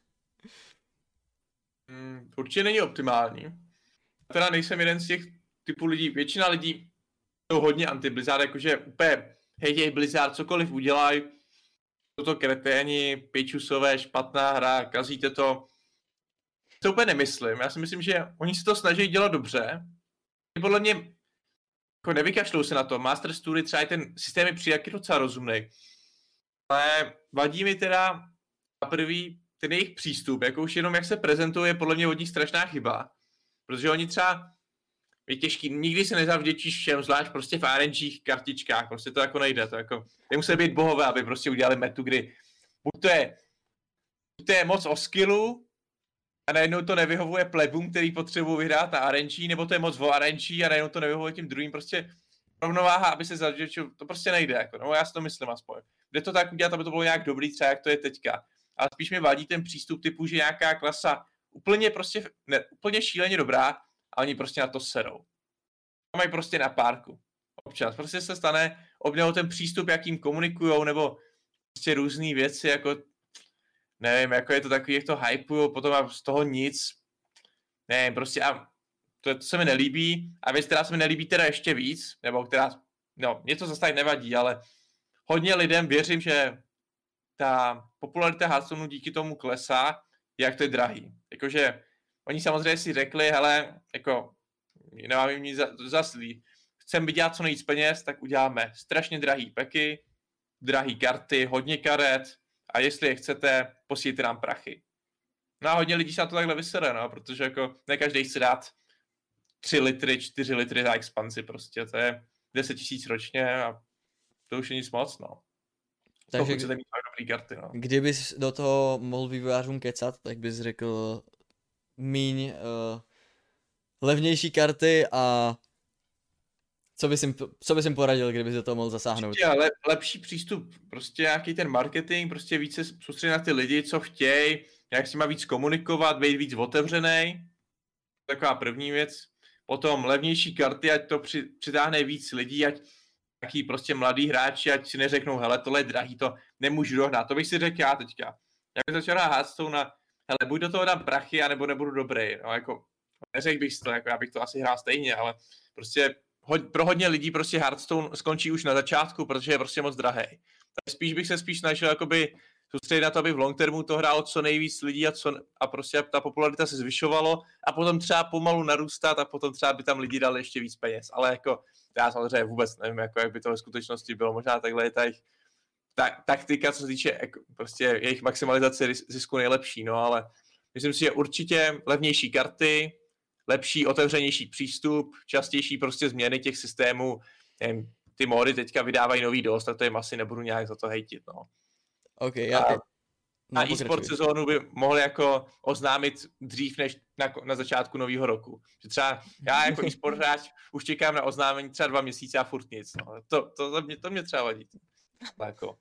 Určitě není optimální. Teda nejsem jeden z těch typů lidí, většina lidí jsou hodně anti-Blizzard, jakože úplně hej Blizzard, cokoliv udělaj, jsou to kreténi, pičusové, špatná hra, kazíte to. To úplně nemyslím, já si myslím, že oni si to snaží dělat dobře. Podle mě jako nevykašlou se na to, Master Story třeba i ten systém je přijde docela rozumnej. Ale vadí mi teda na prvý ten jejich přístup, jako už jenom jak se prezentuje, je podle mě od nich strašná chyba. Protože oni třeba, je těžký, nikdy se nezavděčíš všem, zvlášť prostě v RNG kartičkách, prostě to jako nejde, to jako, nemusí být bohové, aby prostě udělali metu, kdy buď to je moc o skillu, a najednou to nevyhovuje plebům, který potřebují vyhrát na RNG, nebo to je moc o RNG a najednou to nevyhovuje tím druhým, prostě rovnováha, aby se zavděčil, to prostě nejde, jako, no já si to myslím aspoň. Jde to tak udělat, aby to bylo nějak dobrý, třeba jak to je teďka. Ale spíš mi vadí ten přístup typu, že nějaká klasa úplně prostě, úplně šíleně dobrá a oni prostě na to serou. To mají prostě na párku. Občas prostě se stane, obměnou ten přístup, jakým komunikujou, nebo prostě různé věci, jako nevím, jako je to takový, jak to hypujou, potom a z toho nic. Nevím, prostě a to se mi nelíbí. A věc, která se mi nelíbí teda ještě víc, nebo která, no, mě to zase tak nevadí, ale hodně lidem věřím, že ta popularita Hearthstoneu díky tomu klesá, jak to je drahý. Jakože oni samozřejmě si řekli, hele, jako nemám jim nic zaslí. Chceme vydělat co nejvíc peněz, tak uděláme strašně drahý peky, drahý karty, hodně karet a jestli je chcete, posílejte nám prachy. No a hodně lidí se na to takhle vysere, no, protože jako ne každý chce dát 3 litry, 4 litry za expanzi prostě, to je 10 000 ročně a to už je nic moc, no. Takže chcete mít dobrý karty, no. Kdybys do toho mohl vývojářům kecat, tak bys řekl míň levnější karty a co bys jim poradil, kdybys do toho mohl zasáhnout? Ale lepší přístup, prostě nějaký ten marketing, prostě více soustředit na ty lidi, co chtějí, jak s nima víc komunikovat, být víc otevřenej. Taková první věc. Potom levnější karty, ať to přitáhne víc lidí, ať nějaký prostě mladý hráči, ať si neřeknou, hele, tohle je drahý, to nemůžu dohnat. To bych si řekl já teďka. Já bych začal hrát Hearthstone na, hele, buď do toho dám prachy, anebo nebudu dobrý. No, jako, neřekl bych si to, jako já bych to asi hrál stejně, ale prostě pro hodně lidí prostě Hearthstone skončí už na začátku, protože je prostě moc drahý. Tak spíš bych se snažil jakoby soustředit na to, aby v long termu to hrálo co nejvíc lidí a prostě ta popularita se zvyšovalo a potom třeba pomalu narůstat a potom třeba by tam lidi dali ještě víc peněz. Ale jako já samozřejmě vůbec nevím, jako jak by to ve skutečnosti bylo. Možná takhle je ta jejich taktika, co se týče prostě jejich maximalizace zisku nejlepší, no ale myslím si, že určitě levnější karty, lepší, otevřenější přístup, častější prostě změny těch systémů. Nevím, ty módy teďka vydávají nový dost, a to jim asi nebudu nějak za to hejtit, no. Okay, a e-sport sezónu by mohli jako oznámit dřív než na začátku nového roku. Že třeba já jako e-sport hráč už čekám na oznámení třeba 2 měsíce a furt nic. No. To mě třeba vadí. Jako,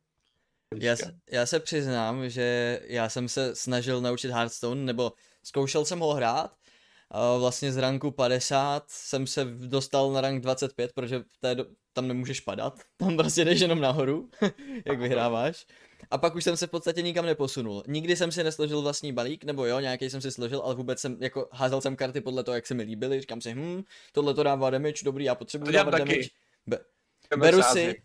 já se přiznám, že já jsem se snažil naučit Hearthstone, nebo zkoušel jsem ho hrát. Vlastně z ranku 50 jsem se dostal na rank 25, protože tam nemůžeš padat. Tam prostě jdeš jenom nahoru, jak vyhráváš. A pak už jsem se v podstatě nikam neposunul. Nikdy jsem si nesložil vlastní balík, nebo jo, nějaký jsem si složil, ale vůbec jsem, jako házel jsem karty podle toho, jak se mi líbily. Říkám si, tohle to dává damage, dobrý, já potřebuji dávat damage. Beru si.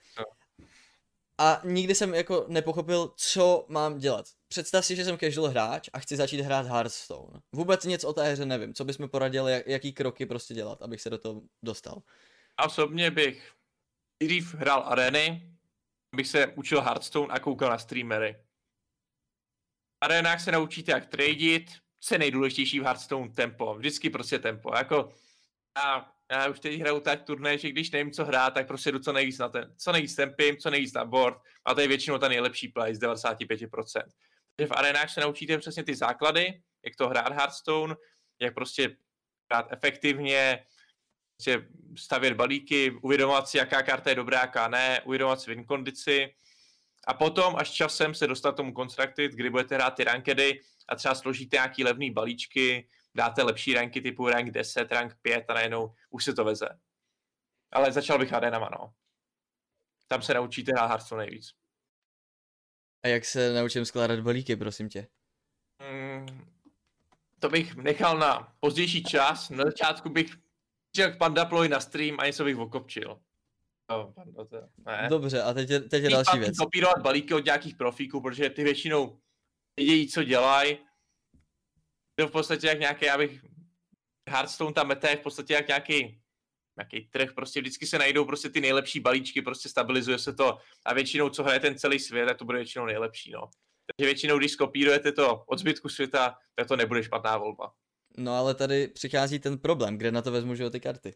A nikdy jsem jako nepochopil, co mám dělat. Představ si, že jsem casual hráč a chci začít hrát Hearthstone. Vůbec nic o té hře nevím. Co bys mi poradil, jaký kroky prostě dělat, abych se do toho dostal? Osobně bych dřív hrál arény, abych se učil Hearthstone a koukal na streamery. V arénách se naučíte, jak tradeit, co je nejdůležitější v Hearthstone tempo. Vždycky prostě tempo. Jako já už teď hraju tak turné, že když nevím, co hrát, tak prostě jdu co nejvíc tempím, co nejvíc na board a to je většinou ta nejlepší play z 95%. Takže v arénách se naučíte přesně ty základy, jak to hrát Hearthstone, jak prostě hrát efektivně, prostě stavět balíky, uvědomovat si, jaká karta je dobrá, jaká ne, uvědomovat si win kondici a potom až časem se dostat tomu Constructed, kdy budete hrát ty rankedy a třeba složíte nějaký levný balíčky, dáte lepší ranky typu rank 10, rank 5 a najednou už se to veze. Ale začal bych arenama, no. Tam se naučíte hrát Hearthstone nejvíc. A jak se naučím skládat balíky, prosím tě? To bych nechal na pozdější čas. Na začátku bych šel k Pandaploji na stream a něco bych okopčil. Ne. Dobře, a teď je další věc. Kopírovat balíky od nějakých profíků, protože ty většinou vědějí, co dělají. To v podstatě jak nějaký, Hearthstone, ta meta je v podstatě jak nějaký trh, prostě vždycky se najdou prostě ty nejlepší balíčky, prostě stabilizuje se to a většinou, co hraje ten celý svět, tak to bude většinou nejlepší, no. Takže většinou, když skopírujete to od zbytku světa, tak to nebude špatná volba. No ale tady přichází ten problém, kde na to vezmu, že ty karty.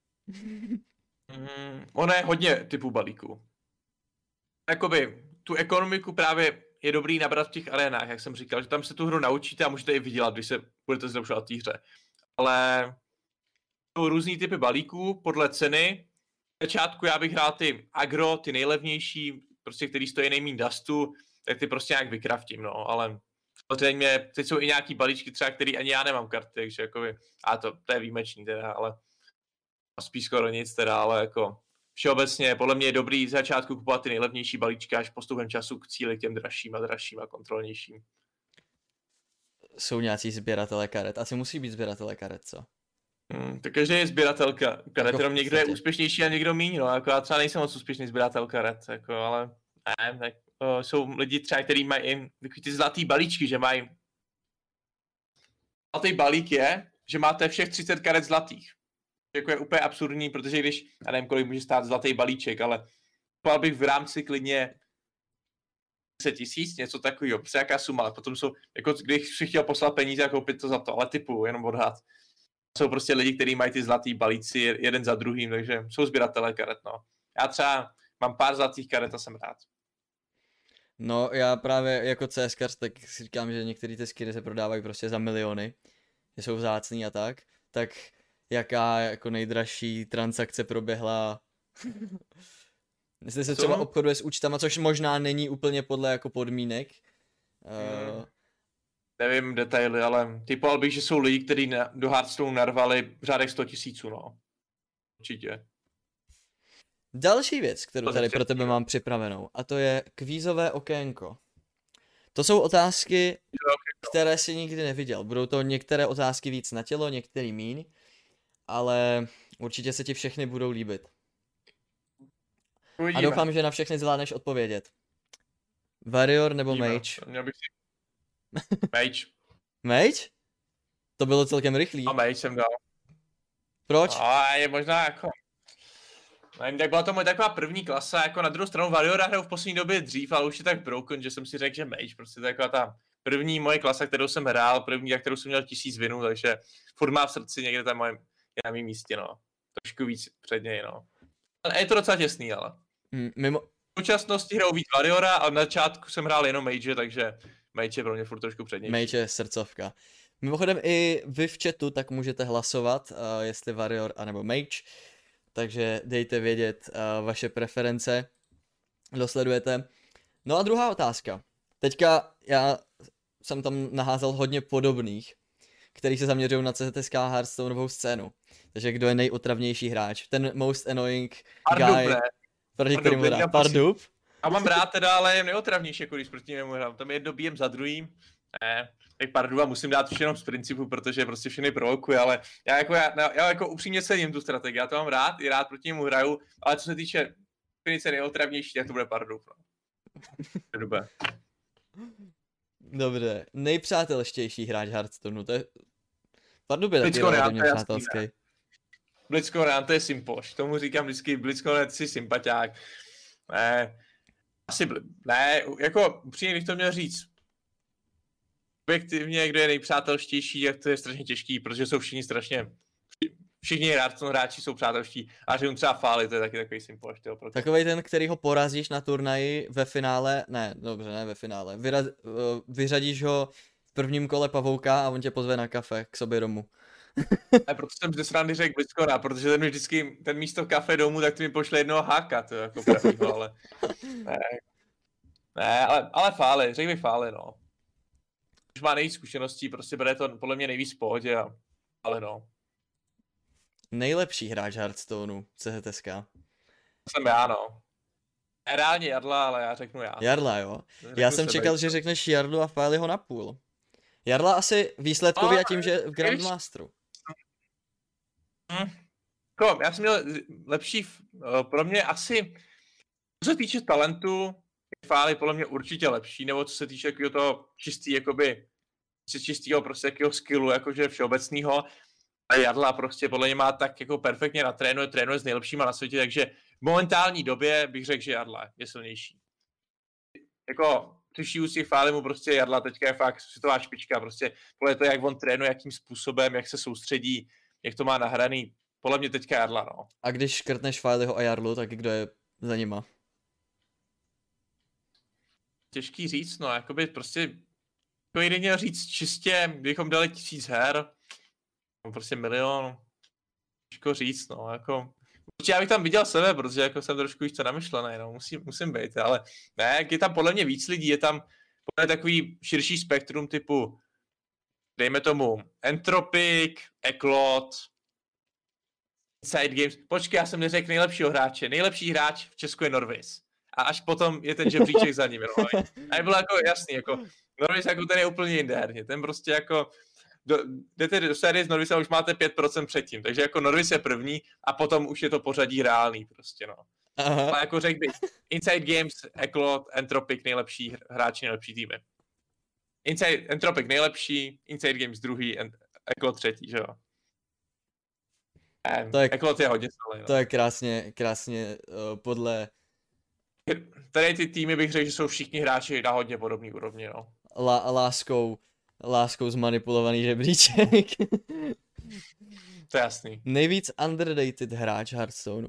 Ono je hodně typů balíků. Jakoby tu ekonomiku právě je dobrý nabrat v těch arénách, jak jsem říkal, že tam se tu hru naučíte a můžete i vydělat, když se budete zlepšovat v té hře. Ale jsou různý typy balíků podle ceny. V začátku já bych hrál ty agro, ty nejlevnější, prostě který stojí nejméně dustu, tak ty prostě nějak vykraftím, no, ale samozřejmě teď jsou i nějaký balíčky třeba, který ani já nemám karty, takže jakoby, a to je výjimečný teda, ale spíš skoro nic teda, ale jako všeobecně podle mě je dobrý z začátku kupovat ty nejlevnější balíčky až postupem času k cíli k těm dražším a kontrolnějším. Jsou nějací sběratelé karet, asi musí být sběratelé karet, co? Tak každý je sběratel karet, jako jenom někdo je úspěšnější a někdo míň, no, jako já třeba nejsem moc úspěšný sběratel karet, jako, ale ne, tak jsou lidi třeba, kteří mají ty zlatý balíčky, že mají zlatý balík je, že máte všech 30 karet zlatých. Jako je úplně absurdní, protože když, já nevím, kolik může stát zlatý balíček, ale kupoval bych v rámci klidně 10 000, něco takového, prostě jaká suma, ale potom jsou, jako když si chtěl poslat peníze a koupit to za to, ale typu, jenom odhad. Jsou prostě lidi, kteří mají ty zlatý balíci jeden za druhým, takže jsou sběratelé karet, no. Já třeba mám pár zlatých karet a jsem rád. No já právě jako CSkař, tak si říkám, že některé ty skiny se prodávají prostě za miliony, že jsou vzácný a tak jaká jako nejdražší transakce proběhla, jestli se třeba obchoduje s účtama, což možná není úplně podle jako podmínek. Nevím detaily, ale typoval bych, že jsou lidi, kteří do Hearthstone narvali v řádech 100 000, no. Určitě. Další věc, kterou tady pro tebe mám připravenou, a to je kvízové okénko. To jsou otázky, které si nikdy neviděl. Budou to některé otázky víc na tělo, některý míň, ale určitě se ti všechny budou líbit. Uvidíme. A doufám, že na všechny zvládneš odpovědět. Warrior nebo Mage? Mage. Mage? To bylo celkem rychlý. A Mage jsem dal. Proč? A je možná jako... Nevím, tak byla to moje taková první klasa, jako na druhou stranu Warriora hraju v poslední době dřív, ale už je tak broken, že jsem si řekl, že Mage, prostě to je taková ta první moje klasa, kterou jsem hrál, první, za kterou jsem měl 1000 winů, takže furt má v srdci někde tam je na mém místě, no. Trošku víc před něj, no. Ale je to docela těsný, ale. V současnosti hraju víc Warriora, ale na začátku jsem hrál jenom Mage, takže Mage je pro mě furt trošku přednější. Mage je srdcovka. Mimochodem i vy v chatu tak můžete hlasovat, jestli Warrior anebo Mage. Takže dejte vědět vaše preference, kdo sledujete. No a druhá otázka. Teďka já jsem tam naházel hodně podobných, který se zaměřují na CTSK Hearthstoneovou scénu. Takže kdo je nejotravnější hráč? Ten most annoying guy, proti kterému hrá Pardub. A mám rád teda, ale je nejotravnější, jako když proti němu hrám. Tam jedno bijem za druhým. Tak Parduba musím dát už jenom z principu, protože prostě všechny provokuje, ale já jako upřímně cením tu strategii, já to mám rád, i rád proti němu hraju, ale co se týče definice nejotravnější, tak to bude Pardub. No. Dobře, nejpřátelštější hráč Hearthstoneu, to je... Pardub je taky relativně přátelský. Blitzcrank, to je simpoš, tomu říkám vždycky, Blitzcrank si sympatiák. Jako upřímně bych to měl říct, objektivně, kdo je nejpřátelštější, jak to je strašně těžký, protože jsou všichni hráči jsou přátelští, a že třeba Fály, to je taky takový symbol. Takovej ten, který ho porazíš na turnaji ve finále, ne ve finále, vyřadíš ho v prvním kole pavouka a on tě pozve na kafe k sobě domů. A proto jsem ze srandy řekl Blitzcona, protože ten mi vždycky, ten místo kafe domů, tak ty mi pošle jednoho háka, to je jako pravýho, ale ale Fály, řekl mi Fály, no. Už má nejvíc zkušeností, prostě bere to podle mě nejvíc v pohodě, ale no. Nejlepší hráč Hearthstoneu, CHTSK. Jsem já, no. Reálně Jarla, ale já řeknu já. Jarla, jo. Řeknu Já jsem sebe. čekal, že řekneš Jarlu a Fáli ho na půl. Jarla asi výsledkově a tím, že v Grandmasteru. Já jsem měl lepší, pro mě asi, co se týče talentu, Fáli podle mě určitě lepší, nebo co se týče toho čistého prostě jakého skillu, jakože všeobecného. A Jarla prostě podle mě má tak jako perfektně trénuje s nejlepšíma na světě, takže v momentální době bych řekl, že Jarla je silnější. Jako při úctě Fáli mu prostě Jarla teďka je fakt světová špička, prostě podle toho, jak on trénuje, jakým způsobem, jak se soustředí, jak to má nahraný, podle mě teďka Jarla, no. A když škrtneš Fáliho a Jarlu, tak kdo je za nima? Těžký říct, no, jakoby prostě jako jedině říct čistě, kdybychom dali 1000 her, prostě 1 000 000, těžko říct, no, jako určitě já bych tam viděl sebe, protože jako jsem trošku víc namyšlený, no, musím být, ale ne, je tam podle mě víc lidí, je tam podle mě takový širší spektrum typu, dejme tomu, Entropic, Eklot, Inside Games, počkej, já jsem neřekl nejlepšího hráče, nejlepší hráč v Česku je Norvis. A až potom je ten žebříček za ním, no. A je bylo jako jasný, jako Norvis jako ten je úplně jinde herně, ten prostě jako jdete do série z Norvisa, už máte 5% předtím, takže jako Norvis je první a potom už je to pořadí reálný prostě, no. Aha. Ale jako řekl bych, Inside Games, Eklot, Entropic nejlepší hráči, nejlepší týmy. Entropic nejlepší, Inside Games druhý, Eklot třetí, že jo. Eklot je hodně silný, no. To je krásně podle... Tady ty týmy bych řekl, že jsou všichni hráči na hodně podobný úrovni, no. Láskou zmanipulovaný žebříček. To je jasný. Nejvíc underrated hráč Hearthstoneu.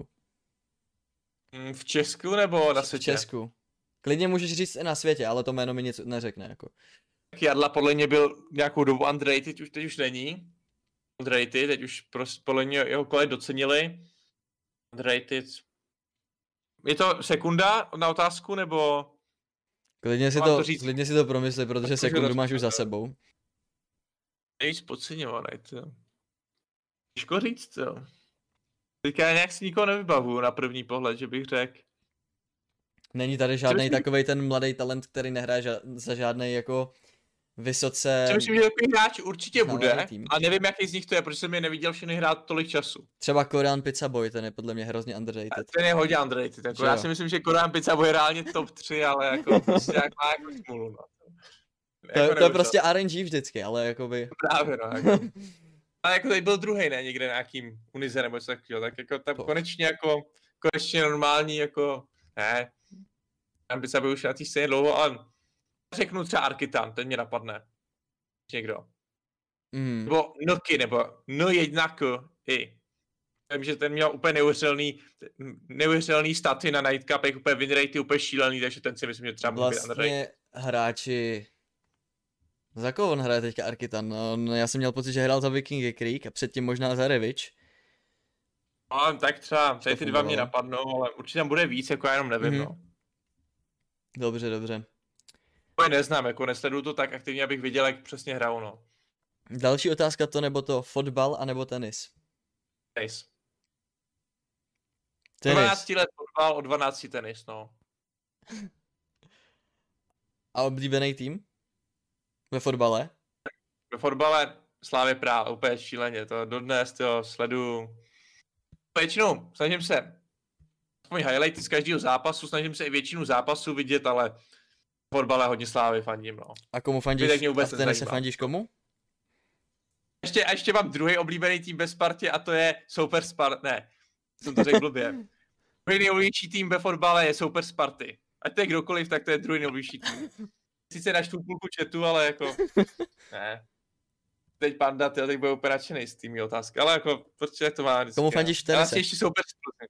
V Česku nebo na světě? V Česku. Klidně můžeš říct i na světě, ale to jméno mi nic neřekne, jako. Tak Jarla podle mě byl nějakou dobu underrated, teď už není. Underrated, teď už podle mě jeho kolegy docenili. Underrated. Je to sekunda na otázku, nebo... Klidně si to promysli, protože sekundu máš už za sebou. Nejvíc podceňovaný, to. Těžko říct, jo. Teďka nějak si nikoho nevybavu na první pohled, že bych řekl. Není tady žádný takovej ten mladý talent, který nehraje za žádný jako vysoce... Myslím, že takový hráč určitě bude, a nevím, jaký z nich to je, protože jsem je neviděl všechny hrát tolik času. Třeba Korean Pizza Boy, ten je podle mě hrozně underrated. Ten je hodně underrated, jako já si myslím, že Korean Pizza Boy je reálně top 3, ale jako prostě jak má jako smůlu, no. To je prostě RNG vždycky, ale jakoby... Právě, no, jako. Ale jako tady byl druhej, ne, někde na nějakým Unize nebo něco takového, tak jako tam konečně normální, jako, ne. Tam Pizza Boy už na té scéně dlouho, ale řeknu třeba Arkitan, ten mě napadne. Někdo. Nebo Noky, nebo No jednak i. Vím, že ten měl úplně neuvěřitelný staty na Night Cup, jak úplně win rate úplně šílený, takže ten si myslím, že třeba může být underrated. Vlastně hráči... Za koho on hraje teďka Arkitan? No, já jsem měl pocit, že hrál za Vikingy Creek a předtím možná za Revich. No, tak třeba tady ty dva mě napadnou, ale určitě tam bude víc, jako já jenom nevím, no. Dobře. Neznám, jako nesleduju to tak aktivně, abych viděl, jak přesně hrajou, no. Další otázka to nebo to fotbal, anebo tenis? Tenis. Tenis. 12 let fotbal, od 12 tenis, no. A oblíbený tým? Ve fotbale? Ve fotbale Slavia Praha, úplně šíleně, to dodnes, to sleduju. Většinou snažím se, aspoň highlighty z každého zápasu, snažím se i většinu zápasů vidět, ale v fotbale hodně Slávy fandím, no. A komu fandíš? A v tenise fandíš komu? Ještě mám druhý oblíbený tým ve Spartě a to je Super Sparta, ne, jsem to řekl blbě. Druhý nejoblíbenější tým ve fotbale je Super Sparty. Ať to je kdokoliv, tak to je druhý nejoblíbenější tým. Sice dáš tu půlku chatu, ale jako, ne. Teď Panda, teď bude úplně nadšenej z týmí otázky, ale jako, protože to má vždycky. Komu fandíš v tenise? Asi ještě Super Sparty.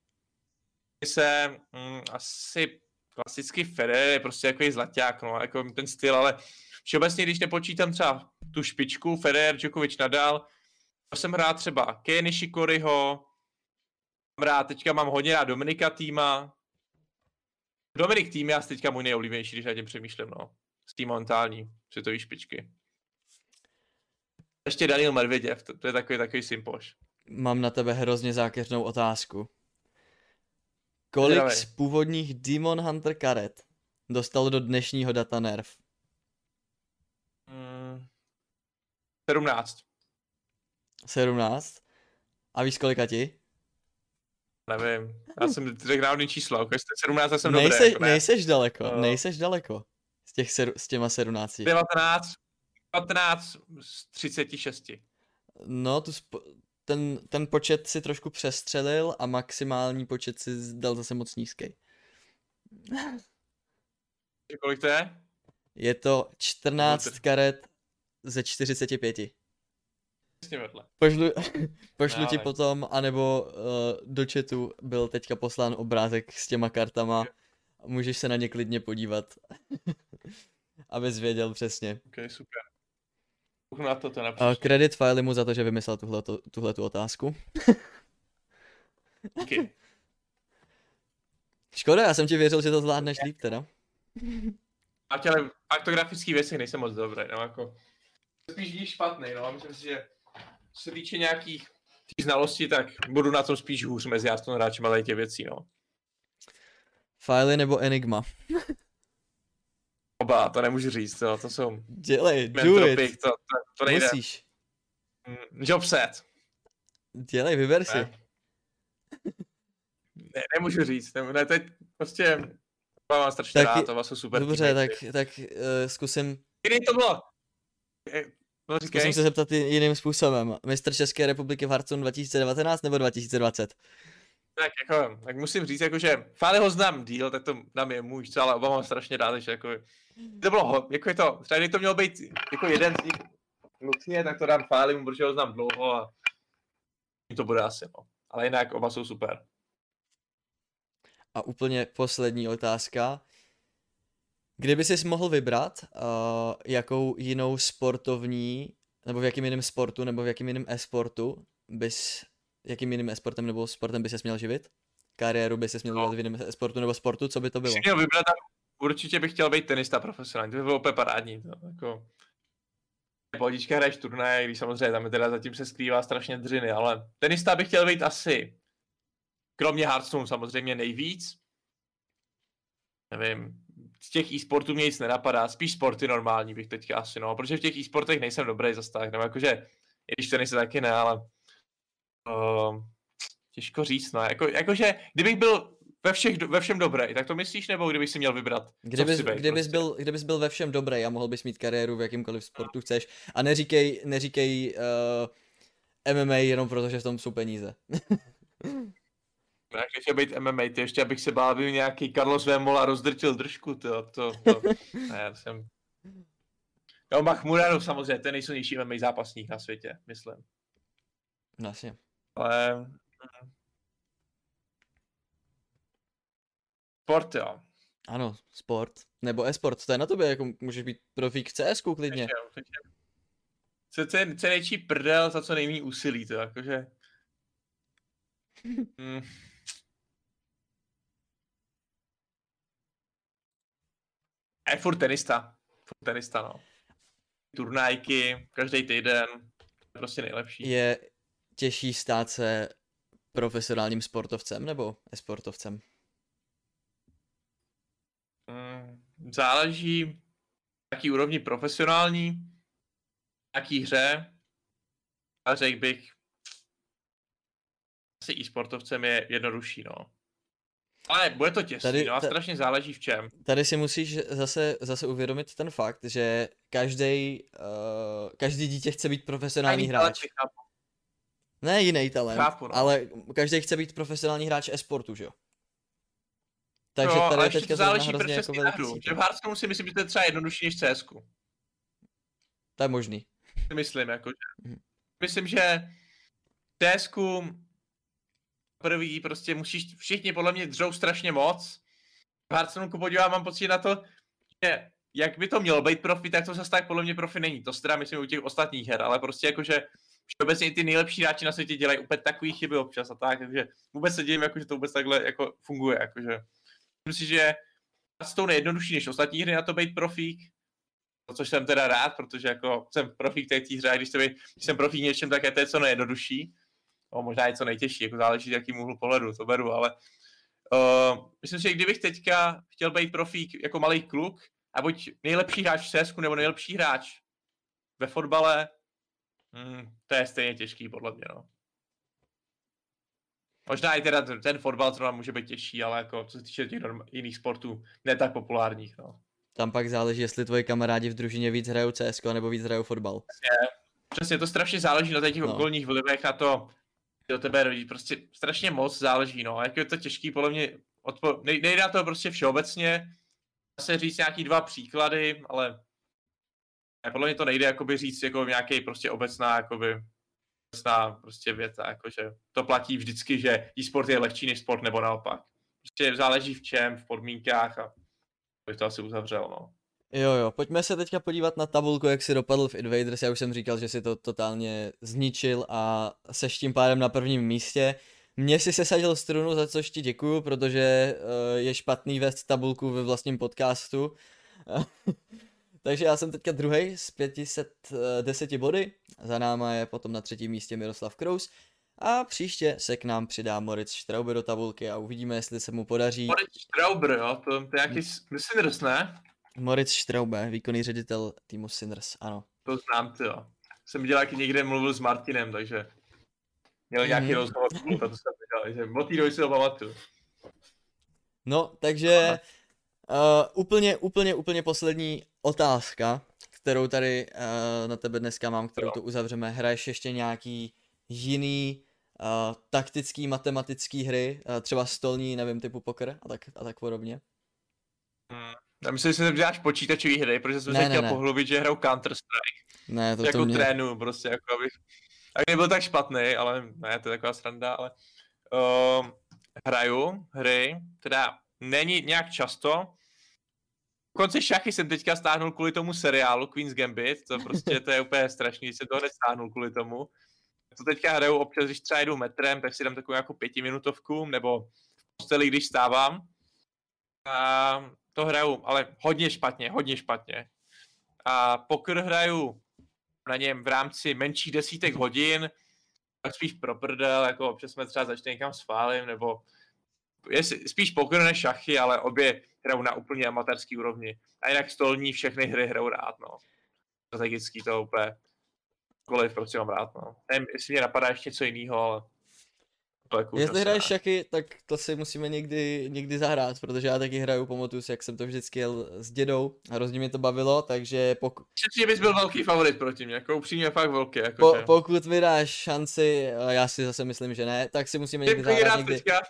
Asi klasicky Federer je prostě takový zlaťák, no, jako ten styl, ale všeobecně, když nepočítám třeba tu špičku, Federer, Djokovic, Nadal, to jsem hrál třeba Kei Nishikoriho, teďka mám hodně rád Dominika Thíma. Dominik Thiem je asi teďka můj nejoblíbenější, když já tím přemýšlím, no. Z té momentální světové špičky. Ještě Daniil Medveděv, to je takový sympoš. Mám na tebe hrozně zákeřnou otázku. Kolik Zdravej. z původních Demon Hunter karet dostalo do dnešního data nerv? 17. 17? A víš kolika ti? Nevím. Já jsem řekl náhodný číslo. Jako 17 a jsem dobrý. Jako ne. Nejseš daleko, No. nejseš daleko. S těma 17. 19 z 36. No, ten počet si trošku přestřelil a maximální počet si dal zase moc nízký. Kolik to je? Je to 14 karet ze 45. Přesně vedle. Pošlu ti tak. potom, anebo do chatu byl teďka poslán obrázek s těma kartama. Můžeš se na ně klidně podívat. Abys věděl přesně. Ok, super. Na to napříště. Kredit Filemu za to, že vymyslel tuhletu otázku. Díky. Škoda, já jsem ti věřil, že to zvládneš líp teda. Ale faktografický věci nejsem moc dobrý, no jako. Spíš víš špatný, no, myslím si, že co se týče nějakých znalostí, tak budu na tom spíš hůř mezi hráčem, ale i těch věcí, no. Fily nebo Enigma? Oba, to nemůžu říct, to jsou... Dělej, do it. To nejde. Musíš. Job set. Dělej, vyber si. Ne, nemůžu říct, ne, teď prostě mám strašně rád, to jsou super. Dobře, tak zkusím... Kdy to bylo? Zkusím se zeptat jiným způsobem. Mistr České republiky v Hearthstone 2019 nebo 2020? Tak musím říct, jako, že Fáli ho znám díl, tak to nám je můj, ale oba mám strašně rád, že jako, to bylo, jako je to, třeba to mělo být jako jeden z nich nutně, tak to dám Fáli mu, protože ho znám dlouho a to bude asi, no. Ale jinak oba jsou super. A úplně poslední otázka. Kdyby jsi mohl vybrat, jakou jinou sportovní, nebo v jakým jiném sportu, nebo v jakým jiném e-sportu jakým jiným e-sportem nebo sportem by ses měl živit? Kariéru by ses měl dělat v jiném e-sportu nebo sportu, co by to bylo? Když měl vybrat, určitě bych chtěl být tenista profesionální, to by bylo úplně parádní. To, jako... Pohodička hraješ turnaje, když samozřejmě tam teda zatím se skrývá strašně dřiny, ale tenista bych chtěl být asi, kromě Hearthstone samozřejmě nejvíc. Nevím, z těch e-sportů mě nic nenapadá, spíš sporty normální bych teďka asi, no, protože v těch e-sportech nejsem dobrý zas tak, nebo jakože, i když to nejsem taky ne, ale těžko říct, no, jakože, kdybych byl ve všem dobrý, tak to myslíš, nebo kdybych si měl vybrat? Kdybys byl ve všem dobrý a mohl bys mít kariéru v jakýmkoliv sportu chceš a neříkej MMA jenom proto, že v tom jsou peníze. Jak chtěl být MMA, ty ještě abych se bavil nějaký Carlos Vémola a rozdrtil držku, to. Ne, já jsem... No, Mahmudarov samozřejmě, ten nejsilnější MMA zápasník na světě, myslím. Vlastně. Ale... Sport, jo. Ano, sport. Nebo e-sport, to je na tobě, jako můžeš být profík v CS-ku klidně. Co je největší prdel, za co nejméně úsilí, to jakože... Je furt tenista, no. Turnajky, každý týden, prostě nejlepší. Je těžší stát se profesionálním sportovcem nebo e-sportovcem? Záleží, jaký úrovni profesionální, jaký hře, a řekl bych, asi e-sportovcem je jednodušší, no. Ale bude to těsný, no a strašně záleží v čem. Tady si musíš zase uvědomit ten fakt, že každý dítě chce být profesionální hráč. Ne jiný talent, chápu, no. Ale každý chce být profesionální hráč e-sportu, že jo? Takže no, tady ale teďka záleží hrozně jako veliký. Že v Hearthstone si myslím, že to je třeba jednodušší než CSku. To je možný. Myslím, jakože. Myslím, že CSku první prostě musíš, všichni podle mě dřou strašně moc. V Hearthstoneu podívám, mám pocit na to, že jak by to mělo být profi, tak to zase tak podle mě profi není. To se teda myslím u těch ostatních her, ale prostě jakože obecně ty nejlepší hráči na světě dělají úplně takový chyby občas a tak, takže vůbec se dějím, jako, že to vůbec takhle jako funguje, jakože. Myslím si, že Hearthstone je jednodušší než ostatní hry na to být profík, což jsem teda rád, protože jako jsem profík té hře, když jsem profík něčem, tak je to co nejjednodušší. možná něco nejtěžší, jako záleží, jaký úhlu pohledu, to beru, ale myslím si, že kdybych teďka chtěl být profík jako malý kluk, a buď nejlepší hráč v CSku nebo nejlepší hráč ve fotbale, to je stejně těžký podle mě, no. Možná i teda ten fotbal třeba může být těžší, ale jako co se týče těch jiných sportů, ne tak populárních, no. Tam pak záleží, jestli tvoji kamarádi v družině víc hrajou CSko nebo víc hrajou fotbal. Přesně, to strašně záleží na těch okolních vlivech, na to, do tebe rodí, prostě strašně moc záleží, no. Jak je to těžký, podle mě, nejde na to prostě všeobecně, se říct nějaký 2 příklady, ale podle mě to nejde jakoby říct jako nějaký prostě obecná prostě věta, jakože to platí vždycky, že e-sport je lehčí než sport, nebo naopak. Prostě záleží v čem, v podmínkách a bych to asi uzavřel, no. Jo, pojďme se teďka podívat na tabulku, jak si dopadl v Invaders. Já už jsem říkal, že si to totálně zničil a seš tím pádem na prvním místě. Mně si sesadil strunu, za což ti děkuju, protože je špatný vést tabulku ve vlastním podcastu. Takže já jsem teďka druhý s 510 body, za náma je potom na 3. místě Miroslav Krous a příště se k nám přidá Moritz Strauber do tabulky a uvidíme, jestli se mu podaří. Moritz Strauber, jo, to je nějaký Sinners, ne? Moritz Strauber, výkonný ředitel týmu Sinners, ano. To znám, jo. Jsem viděl, jak někde mluvil s Martinem, takže měl nějaký rozhovor, to jsem viděl, že od té doby si ho pamatuju. No, takže úplně poslední otázka, kterou tady na tebe dneska mám, kterou tu uzavřeme. Hraješ ještě nějaký jiný taktický, matematický hry, třeba stolní, nevím, typu poker a tak podobně? Já myslím, že si děláš počítačový hry, protože jsem se chtěl pohlubit, že hraju Counter-Strike. Ne, to jako mě... trénu, prostě, jako abych... Tak nebyl tak špatný, ale ne, to je taková sranda, ale... hraju hry, teda není nějak často. Dokonce šachy jsem teďka stáhnul kvůli tomu seriálu Queen's Gambit, to prostě to je úplně strašný, když jsem to hned stáhnul kvůli tomu. To teďka hraju občas, když třeba jdu metrem, tak si dám takovou jako 5minutovku, nebo v posteli, když stávám. A to hraju, ale hodně špatně. A poker hraju na něm v rámci menších desítek hodin, tak spíš pro prdel, jako občas jsme třeba začali někam s fálem, nebo je spíš poker než šachy, ale obě hraju na úplně amatérský úrovni. A jinak stolní všechny hry hraju rád, no. Strategický to úplně koliv prostě mám rád, no. Nevím, jestli mě napadá ještě něco jiného, ale... Jestli hraješ šachy, tak to si musíme někdy zahrát, protože já taky hraju, pamatuju si, jak jsem to vždycky jel s dědou a hrozně mě to bavilo, takže Myslím, že bys byl velký favorit proti mě, jako upřímně fakt velký, pokud mi dáš šanci, já si zase myslím, že ne, tak si musíme někdy zahrát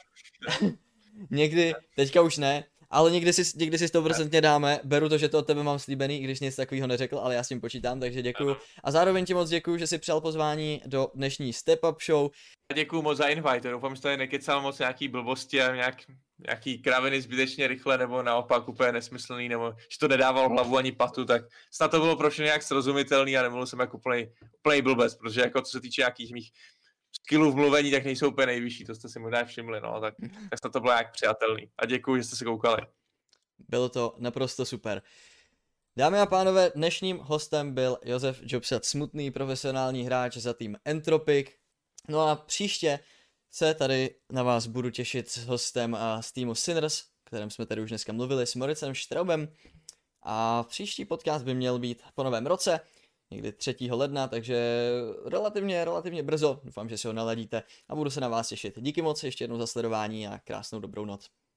někdy, teďka už ne, ale někdy si 100% dáme, beru to, že to od tebe mám slíbený, i když nic takového neřekl, ale já s tím počítám, takže děkuju. A zároveň ti moc děkuju, že jsi přijal pozvání do dnešní Step Up Show. Děkuju moc za invite, doufám, že tady nekecal moc nějaký blbosti a nějaký kraviny zbytečně rychle, nebo naopak úplně nesmyslný, nebo že to nedával hlavu ani patu, tak snad to bylo pro všechny nějak srozumitelný a nemluvil jsem jako úplnej blbec, protože jako co se týče nějakých mých skillů v mluvení, tak nejsou úplně nejvyšší, to jste si možná všimli, no, tak snad to bylo nějak přijatelný. A děkuji, že jste se koukali. Bylo to naprosto super. Dámy a pánové, dnešním hostem byl Josef Jobsat, smutný profesionální hráč za tým Entropic. No a příště se tady na vás budu těšit s hostem z týmu Sinners, o kterém jsme tady už dneska mluvili, s Moritzem Straubem. A příští podcast by měl být po novém roce, někdy 3. ledna, takže relativně brzo. Doufám, že si ho naladíte a budu se na vás těšit. Díky moc ještě jednou za sledování a krásnou dobrou noc.